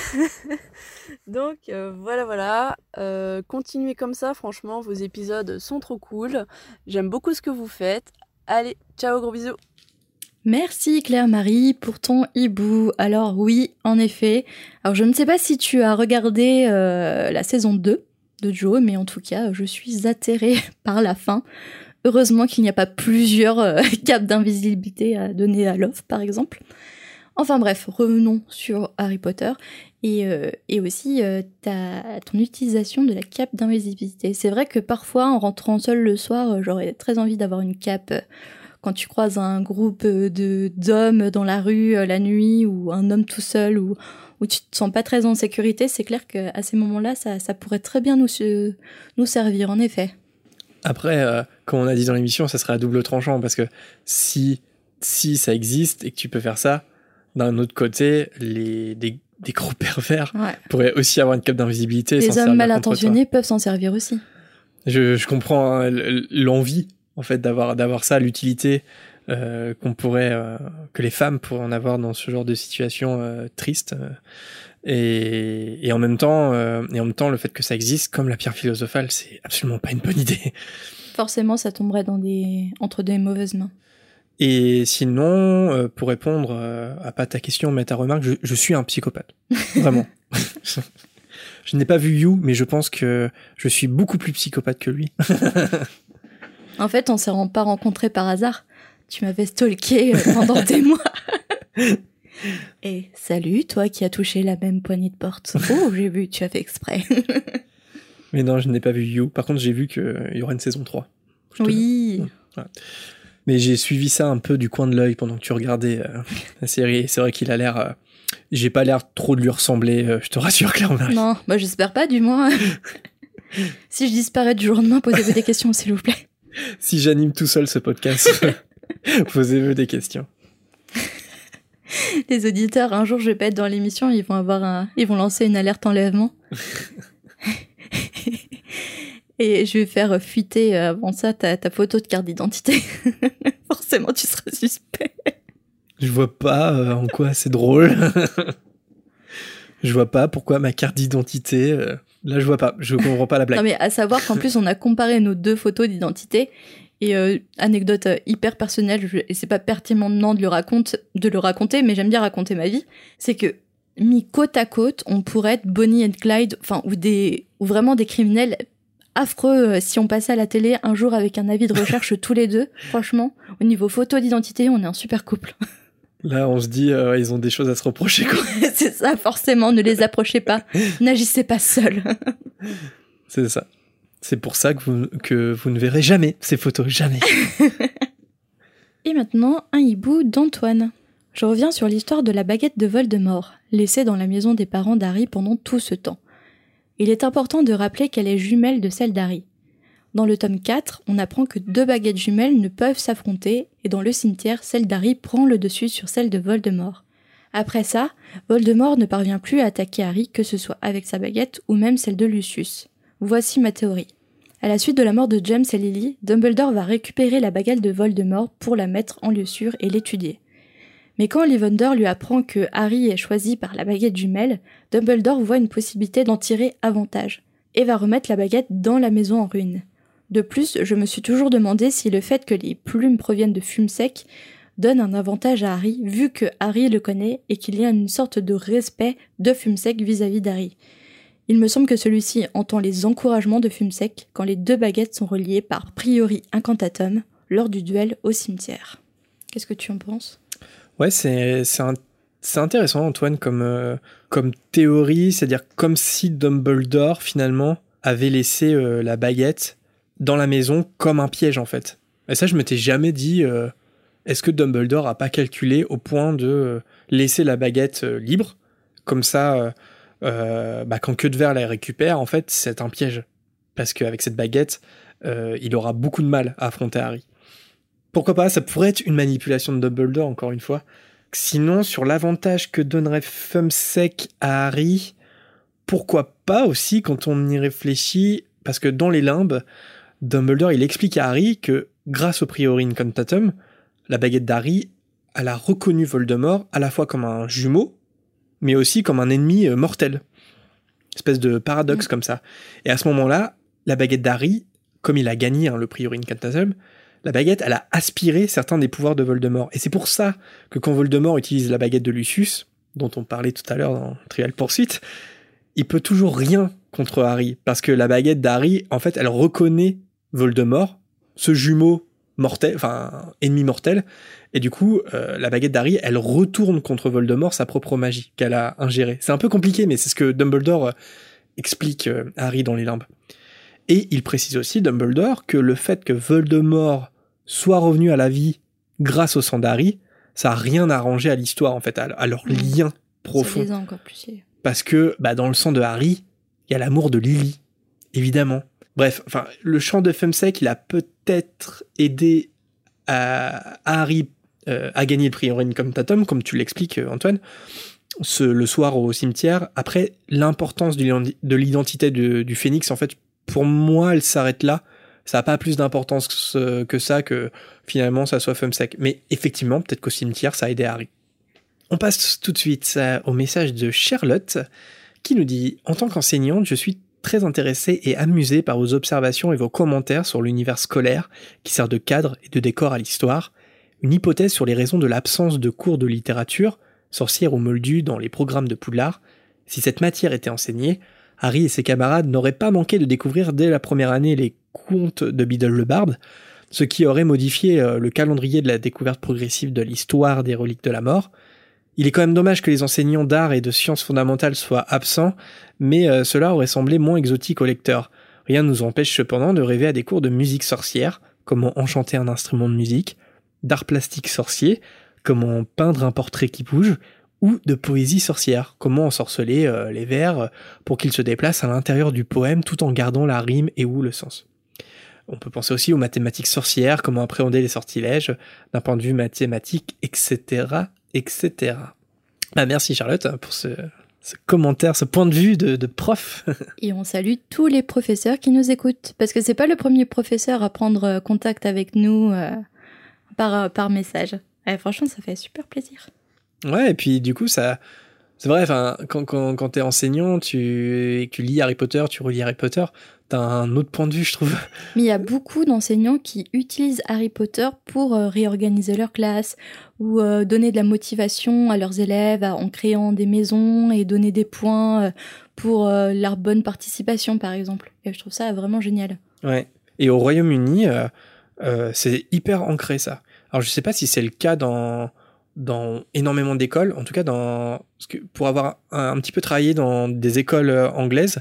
Donc euh, voilà, voilà. Euh, continuez comme ça, franchement, vos épisodes sont trop cool. J'aime beaucoup ce que vous faites. Allez, ciao, gros bisous. Merci Claire-Marie pour ton hibou. Alors oui, en effet. Alors je ne sais pas si tu as regardé euh, la saison deux de Joe, mais en tout cas, je suis atterrée par la fin. Heureusement qu'il n'y a pas plusieurs euh, capes d'invisibilité à donner à Love, par exemple. Enfin bref, revenons sur Harry Potter et, euh, et aussi euh, ta, ton utilisation de la cape d'invisibilité. C'est vrai que parfois, en rentrant seule le soir, j'aurais très envie d'avoir une cape... Euh, quand tu croises un groupe de d'hommes dans la rue euh, la nuit, ou un homme tout seul, ou où tu te sens pas très en sécurité, c'est clair qu'à ces moments-là, ça, ça pourrait très bien nous, nous servir, en effet. Après, euh, comme on a dit dans l'émission, ça serait à double tranchant, parce que si, si ça existe et que tu peux faire ça, d'un autre côté, les, des, des gros pervers ouais. pourraient aussi avoir une cape d'invisibilité. Les hommes mal intentionnés peuvent s'en servir aussi. Je, je comprends hein, l'envie en fait d'avoir d'avoir ça, l'utilité euh, qu'on pourrait euh, que les femmes pourraient en avoir dans ce genre de situation euh, triste euh, et, et en même temps euh, et en même temps le fait que ça existe comme la pierre philosophale, c'est absolument pas une bonne idée. Forcément, ça tomberait dans des entre des mauvaises mains. Et sinon, euh, pour répondre euh, à pas ta question mais ta remarque, je, je suis un psychopathe, vraiment. Je n'ai pas vu You, mais je pense que je suis beaucoup plus psychopathe que lui. En fait, on s'est pas rencontrés par hasard. Tu m'avais stalké pendant des mois. Et salut, toi qui as touché la même poignée de porte. Oh, j'ai vu, tu as fait exprès. Mais non, je n'ai pas vu You. Par contre, j'ai vu qu'il y aura une saison trois. Oui. Ouais. Mais j'ai suivi ça un peu du coin de l'œil pendant que tu regardais euh, la série. C'est vrai qu'il a l'air... Euh... J'ai pas l'air trop de lui ressembler, euh, je te rassure, Claire-Marie. Non, bah j'espère pas, du moins. Si je disparais du jour au lendemain, posez-vous des questions, s'il vous plaît. Si j'anime tout seul ce podcast, posez-vous des questions. Les auditeurs, un jour je vais pas être dans l'émission, ils vont avoir un... ils vont lancer une alerte enlèvement. Et je vais faire fuiter avant ça ta, ta photo de carte d'identité. Forcément, tu seras suspect. Je vois pas euh, en quoi c'est drôle. Je vois pas pourquoi ma carte d'identité... Euh... Là, je vois pas. Je comprends pas la blague. Non, mais à savoir qu'en plus, on a comparé nos deux photos d'identité. Et euh, anecdote euh, hyper personnelle, je, et c'est pas pertinent de le, raconte, de le raconter, mais j'aime bien raconter ma vie, c'est que mis côte à côte, on pourrait être Bonnie and Clyde, enfin, ou, des, ou vraiment des criminels affreux euh, si on passait à la télé un jour avec un avis de recherche tous les deux. Franchement, au niveau photo d'identité, on est un super couple. Là, on se dit, euh, ils ont des choses à se reprocher, quoi. C'est ça, forcément, ne les approchez pas. N'agissez pas seul. C'est ça. C'est pour ça que vous, que vous ne verrez jamais ces photos, jamais. Et maintenant, un hibou d'Antoine. Je reviens sur l'histoire de la baguette de Voldemort, laissée dans la maison des parents d'Harry pendant tout ce temps. Il est important de rappeler qu'elle est jumelle de celle d'Harry. Dans le tome quatre, on apprend que deux baguettes jumelles ne peuvent s'affronter, et dans le cimetière, celle d'Harry prend le dessus sur celle de Voldemort. Après ça, Voldemort ne parvient plus à attaquer Harry, que ce soit avec sa baguette ou même celle de Lucius. Voici ma théorie. À la suite de la mort de James et Lily, Dumbledore va récupérer la baguette de Voldemort pour la mettre en lieu sûr et l'étudier. Mais quand Ollivander lui apprend que Harry est choisi par la baguette jumelle, Dumbledore voit une possibilité d'en tirer avantage, et va remettre la baguette dans la maison en ruine. De plus, je me suis toujours demandé si le fait que les plumes proviennent de Fumsec donne un avantage à Harry, vu que Harry le connaît et qu'il y a une sorte de respect de Fumsec vis-à-vis d'Harry. Il me semble que celui-ci entend les encouragements de Fumsec quand les deux baguettes sont reliées par priori incantatum lors du duel au cimetière. Qu'est-ce que tu en penses ? Ouais, c'est, c'est, un, c'est intéressant, Antoine, comme, euh, comme théorie, c'est-à-dire comme si Dumbledore, finalement, avait laissé euh, la baguette dans la maison comme un piège, en fait. Et ça, je m'étais jamais dit, euh, est-ce que Dumbledore a pas calculé au point de euh, laisser la baguette euh, libre, comme ça... Euh, Euh, bah, quand Queue de Verre la récupère, en fait, c'est un piège. Parce qu'avec cette baguette, euh, il aura beaucoup de mal à affronter Harry. Pourquoi pas ? Ça pourrait être une manipulation de Dumbledore, encore une fois. Sinon, sur l'avantage que donnerait Fumsec à Harry, pourquoi pas aussi, quand on y réfléchit, parce que dans les limbes, Dumbledore, il explique à Harry que, grâce au Priori Incantatum, la baguette d'Harry, elle a reconnu Voldemort à la fois comme un jumeau, mais aussi comme un ennemi euh, mortel. Espèce de paradoxe mmh. comme ça. Et à ce moment-là, la baguette d'Harry, comme il a gagné hein, le Priori Incantatum, la baguette, elle a aspiré certains des pouvoirs de Voldemort. Et c'est pour ça que quand Voldemort utilise la baguette de Lucius, dont on parlait tout à l'heure dans Trial Pursuit, il peut toujours rien contre Harry. Parce que la baguette d'Harry, en fait, elle reconnaît Voldemort, ce jumeau mortel, enfin, ennemi mortel, et du coup, euh, la baguette d'Harry, elle retourne contre Voldemort sa propre magie qu'elle a ingérée. C'est un peu compliqué, mais c'est ce que Dumbledore euh, explique euh, à Harry dans les limbes. Et il précise aussi, Dumbledore, que le fait que Voldemort soit revenu à la vie grâce au sang d'Harry, ça n'a rien arrangé à l'histoire, en fait, à, à leur lien profond. Ça les a encore plus. Parce que, bah, dans le sang de Harry, il y a l'amour de Lily, évidemment. Bref, enfin, le chant de Fumsec, il a peut-être aidé à, à Harry euh, à gagner le Priori Incantatum, comme tu l'expliques, Antoine, ce, le soir au cimetière. Après, l'importance du, de l'identité de, du Phénix, en fait, pour moi, elle s'arrête là. Ça n'a pas plus d'importance que, que ça, que finalement, ça soit Fumsec. Mais effectivement, peut-être qu'au cimetière, ça a aidé Harry. On passe tout de suite au message de Charlotte, qui nous dit « En tant qu'enseignante, je suis très intéressée et amusée par vos observations et vos commentaires sur l'univers scolaire qui sert de cadre et de décor à l'histoire. Une hypothèse sur les raisons de l'absence de cours de littérature, sorcière ou moldue dans les programmes de Poudlard. Si cette matière était enseignée, Harry et ses camarades n'auraient pas manqué de découvrir dès la première année les contes de Biddle le Barde, ce qui aurait modifié le calendrier de la découverte progressive de l'histoire des reliques de la mort. Il est quand même dommage que les enseignants d'art et de sciences fondamentales soient absents, mais euh, cela aurait semblé moins exotique aux lecteurs. Rien ne nous empêche cependant de rêver à des cours de musique sorcière, comment enchanter un instrument de musique, d'art plastique sorcier, comment peindre un portrait qui bouge, ou de poésie sorcière, comment ensorceler euh, les vers pour qu'ils se déplacent à l'intérieur du poème tout en gardant la rime et ou le sens. On peut penser aussi aux mathématiques sorcières, comment appréhender les sortilèges d'un point de vue mathématique, et cetera, et cetera. Bah merci Charlotte pour ce, ce commentaire, ce point de vue de, de prof. Et on salue tous les professeurs qui nous écoutent, parce que c'est pas le premier professeur à prendre contact avec nous euh, par, par message. Ouais, franchement, ça fait super plaisir. Ouais, et puis du coup, ça, c'est vrai, enfin, quand, quand, quand t'es enseignant, tu, et que tu lis Harry Potter, tu relis Harry Potter, t'as un autre point de vue, je trouve. Mais il y a beaucoup d'enseignants qui utilisent Harry Potter pour euh, réorganiser leur classe ou euh, donner de la motivation à leurs élèves à, en créant des maisons et donner des points euh, pour euh, leur bonne participation, par exemple. Et je trouve ça vraiment génial. Ouais. Et au Royaume-Uni, euh, euh, c'est hyper ancré, ça. Alors, je sais pas si c'est le cas dans... dans énormément d'écoles, en tout cas dans parce que pour avoir un, un petit peu travaillé dans des écoles anglaises,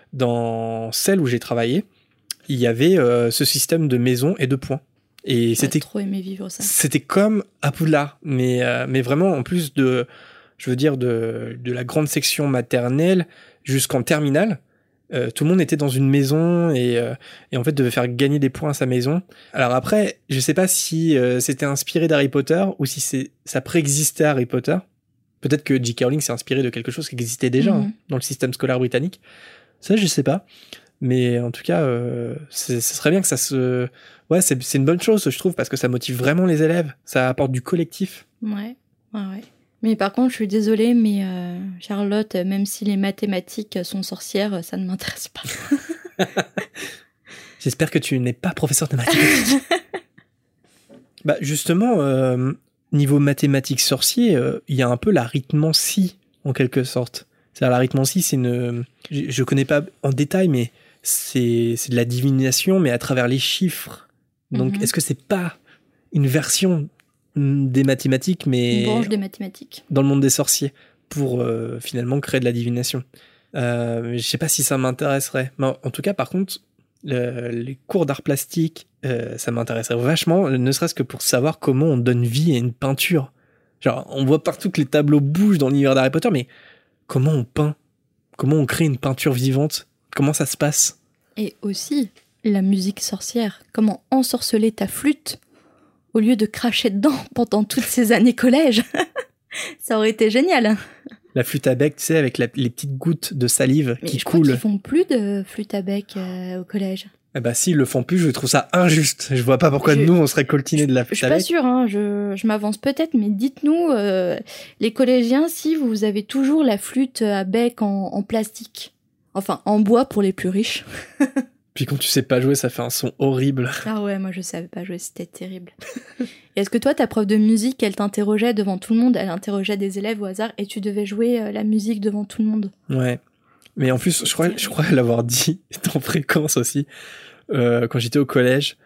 dans celle où j'ai travaillé, il y avait euh, ce système de maisons et de points. Et J'ai c'était trop aimé vivre ça. C'était comme à Poudlard, mais euh, mais vraiment en plus de, je veux dire de de la grande section maternelle jusqu'en terminale. Euh, tout le monde était dans une maison et, euh, et en fait devait faire gagner des points à sa maison. Alors après, je sais pas si euh, c'était inspiré d'Harry Potter ou si c'est, ça préexistait à Harry Potter. Peut-être que J K. Rowling s'est inspiré de quelque chose qui existait déjà Mhm. hein, dans le système scolaire britannique. Ça, je sais pas. Mais en tout cas, euh, c'est- ce serait bien que ça se... Ouais, c'est, c'est une bonne chose, je trouve, parce que ça motive vraiment les élèves. Ça apporte du collectif. Ouais, ouais, ouais. Mais par contre, je suis désolée, mais euh, Charlotte, même si les mathématiques sont sorcières, ça ne m'intéresse pas. J'espère que tu n'es pas professeur de mathématiques. Bah justement, euh, niveau mathématiques sorcier, euh, il y a un peu l'arithmancie, en quelque sorte. C'est-à-dire l'arithmancie, c'est une... Je, je connais pas en détail, mais c'est, c'est de la divination, mais à travers les chiffres. Donc, Mhm. est-ce que c'est pas une version mm, des mathématiques, mais Une branche des mathématiques. dans le monde des sorciers, pour euh, finalement créer de la divination. Euh, mais je sais pas si ça m'intéresserait. Mais en, en tout cas, par contre, le- les cours d'art plastique, euh, ça m'intéresserait vachement, ne serait-ce que pour savoir comment on donne vie à une peinture. Genre, on voit partout que les tableaux bougent dans l'univers d'Harry Potter, mais comment on peint? Comment on crée une peinture vivante? Comment ça se passe? Et aussi, la musique sorcière. Comment ensorceler ta flûte au lieu de cracher dedans pendant toutes ces années collège. Ça aurait été génial. La flûte à bec, tu sais, avec la- les petites gouttes de salive Mais qui je crois coulent. qu'ils font plus de flûte à bec euh, au collège. Eh ben, s'ils le font plus, je trouve ça injuste. Je vois pas pourquoi Je- nous, on serait coltinés de la Je flûte suis à pas bec. sûre, hein, je, je m'avance peut-être, mais dites-nous, euh, les collégiens, si vous avez toujours la flûte à bec en, en plastique. Enfin, en bois pour les plus riches. Puis quand tu sais pas jouer, ça fait un son horrible. Ah ouais, moi je savais pas jouer, c'était terrible. Et est-ce que toi, ta prof de musique, elle t'interrogeait devant tout le monde, elle interrogeait des élèves au hasard et tu devais jouer euh, la musique devant tout le monde? Ouais. Mais en plus, je crois, je crois l'avoir dit en fréquence aussi. Euh, quand j'étais au collège,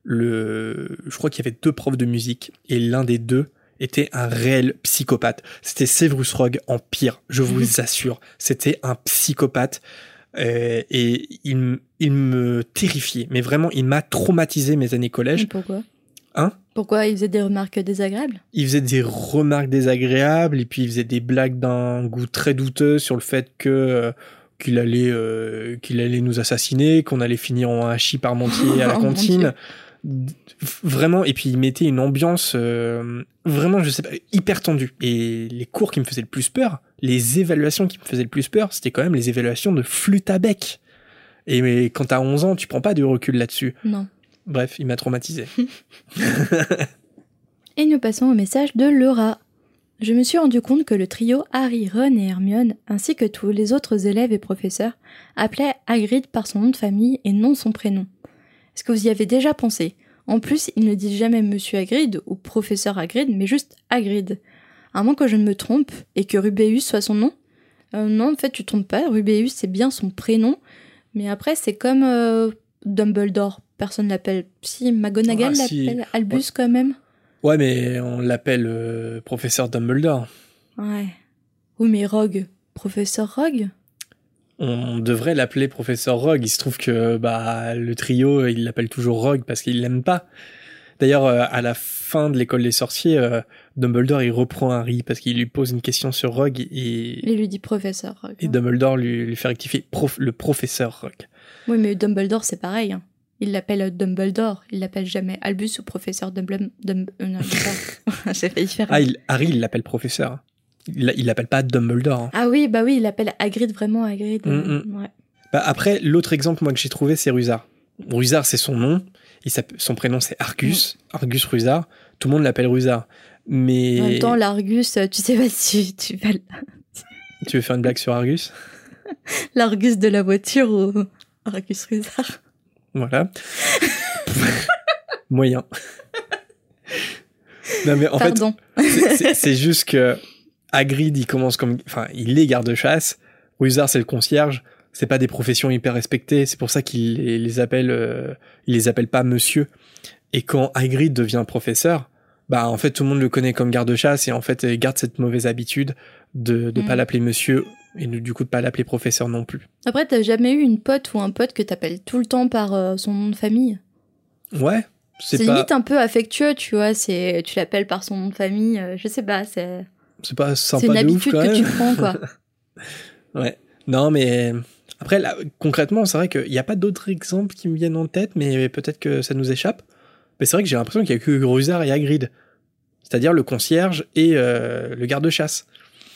le, je crois qu'il y avait deux profs de musique et l'un des deux était un réel psychopathe. C'était Severus Rogue en pire, je vous assure. C'était un psychopathe. Euh, et il, m- il me terrifiait. Mais vraiment, il m'a traumatisé mes années collège. Et pourquoi? Hein? Pourquoi il faisait des remarques désagréables? Il faisait des remarques désagréables et puis il faisait des blagues d'un goût très douteux sur le fait que euh, qu'il allait euh, qu'il allait nous assassiner, qu'on allait finir en hachis parmentier à la Oh mon cantine. Vraiment, et puis il mettait une ambiance euh, vraiment, je sais pas, hyper tendue. Et les cours qui me faisaient le plus peur, les évaluations qui me faisaient le plus peur, c'était quand même les évaluations de flûte à bec. Et mais quand t'as onze ans, tu prends pas de recul là-dessus. Non. Bref, il m'a traumatisé. Et nous passons au message de Laura. Je me suis rendu compte que le trio Harry, Ron et Hermione, ainsi que tous les autres élèves et professeurs, appelaient Hagrid par son nom de famille et non son prénom. Est-ce que vous y avez déjà pensé? En plus, ils ne disent jamais Monsieur Hagrid ou Professeur Hagrid, mais juste Hagrid. À moins que je ne me trompe et que Rubéus soit son nom. Euh, non, en fait, tu te trompes pas. Rubéus, c'est bien son prénom. Mais après, c'est comme euh, Dumbledore. Personne l'appelle. Si, McGonagall Ah, si. l'appelle Albus quand même. Ouais, mais on l'appelle euh, professeur Dumbledore. Ouais. Oui, mais Rogue. Professeur Rogue? On devrait l'appeler professeur Rogue. Il se trouve que bah le trio, il l'appelle toujours Rogue parce qu'il l'aime pas. D'ailleurs, euh, à la fin de l'école des sorciers, euh, Dumbledore il reprend Harry parce qu'il lui pose une question sur Rogue et, Il lui dit Professeur Rogue. et Dumbledore lui, lui fait rectifier prof, le professeur Rogue. Oui, mais Dumbledore, c'est pareil. Hein. Il l'appelle Dumbledore. Il l'appelle jamais Albus ou Professeur Dumbledore. Dumb... euh, non, pas. J'ai failli faire. Ah, il, Harry, il l'appelle professeur. Il il l'appelle pas Dumbledore. Hein. Ah oui, bah oui, il l'appelle Hagrid, vraiment Hagrid. Mm, mm. Ouais. Bah, après, l'autre exemple moi que j'ai trouvé, c'est Rusard. Rusard, c'est son nom. Il s'appelle- son prénom, c'est Argus. Argus Rusard. Tout le monde l'appelle Rusard. Mais En même temps, l'Argus, euh, tu sais pas si tu vas l- tu veux faire une blague sur Argus? l'Argus de la voiture ou Argus Rusard. Voilà. Moyen. Non mais en Pardon. fait, c'est- c'est- c'est juste que Hagrid, il commence comme, enfin, il est garde-chasse. Rusard, c'est le concierge. C'est pas des professions hyper respectées. C'est pour ça qu'il les, les appelle, euh, il les appelle pas monsieur. Et quand Hagrid devient professeur, bah en fait tout le monde le connaît comme garde-chasse et en fait il garde cette mauvaise habitude de de Mm. pas l'appeler monsieur et de- du coup de pas l'appeler professeur non plus. Après, t'as jamais eu une pote ou un pote que t'appelles tout le temps par euh, son nom de famille? Ouais, c'est C'est pas, limite un peu affectueux, tu vois. C'est, tu l'appelles par son nom de famille. euh, je sais pas, c'est, c'est pas c'est sympa une de ouf habitude quand que même. tu prends, quoi. Ouais. Non, mais après, là, concrètement, c'est vrai qu'il n'y a pas d'autres exemples qui me viennent en tête, mais peut-être que ça nous échappe. Mais c'est vrai que j'ai l'impression qu'il n'y a que Rusard et Hagrid. C'est-à-dire le concierge et euh, le garde-chasse.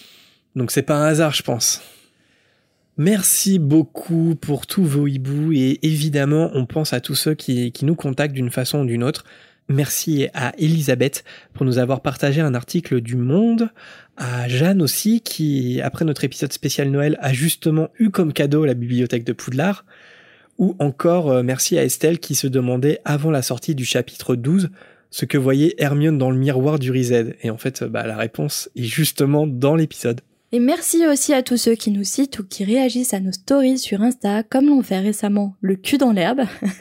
Donc c'est pas un hasard, je pense. Merci beaucoup pour tous vos hiboux et évidemment, on pense à tous ceux qui, qui nous contactent d'une façon ou d'une autre. Merci à Elisabeth pour nous avoir partagé un article du Monde, à Jeanne aussi qui, après notre épisode spécial Noël, a justement eu comme cadeau la bibliothèque de Poudlard, ou encore euh, merci à Estelle qui se demandait avant la sortie du chapitre douze ce que voyait Hermione dans le miroir du Riséd. Et en fait, bah, la réponse est justement dans l'épisode. Et merci aussi à tous ceux qui nous citent ou qui réagissent à nos stories sur Insta, comme l'ont fait récemment le cul dans l'herbe.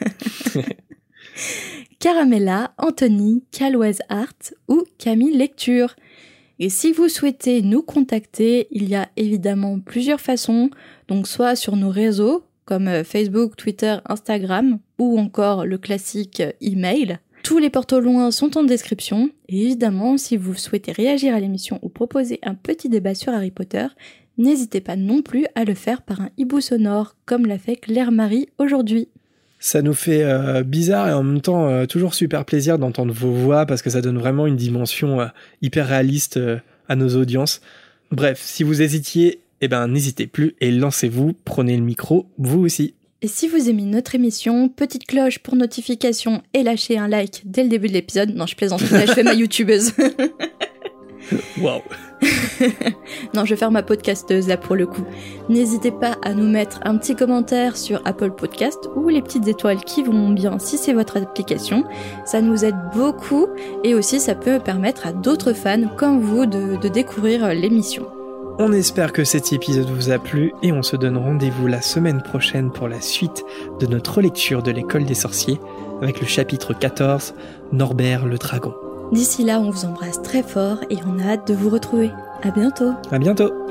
Caramella, Anthony, Caloise Art ou Camille Lecture. Et si vous souhaitez nous contacter, il y a évidemment plusieurs façons, donc soit sur nos réseaux, comme Facebook, Twitter, Instagram, ou encore le classique email. Tous les portes au loin sont en description, et évidemment, si vous souhaitez réagir à l'émission ou proposer un petit débat sur Harry Potter, n'hésitez pas non plus à le faire par un hibou sonore, comme l'a fait Claire-Marie aujourd'hui. Ça nous fait euh, bizarre et en même temps euh, toujours super plaisir d'entendre vos voix parce que ça donne vraiment une dimension euh, hyper réaliste euh, à nos audiences. Bref, si vous hésitiez, eh ben n'hésitez plus et lancez-vous, prenez le micro, vous aussi. Et si vous aimez notre émission, petite cloche pour notification et lâchez un like dès le début de l'épisode. Non, je plaisante, là je fais ma youtubeuse. Waouh. Non, je vais faire ma podcasteuse là pour le coup. N'hésitez pas à nous mettre un petit commentaire sur Apple Podcast ou les petites étoiles qui vont bien si c'est votre application. Ça nous aide beaucoup et aussi ça peut permettre à d'autres fans comme vous de, de découvrir l'émission. On espère que cet épisode vous a plu et on se donne rendez-vous la semaine prochaine pour la suite de notre lecture de l'École des sorciers avec le chapitre quatorze, Norbert le dragon. D'ici là, on vous embrasse très fort et on a hâte de vous retrouver. À bientôt. À bientôt.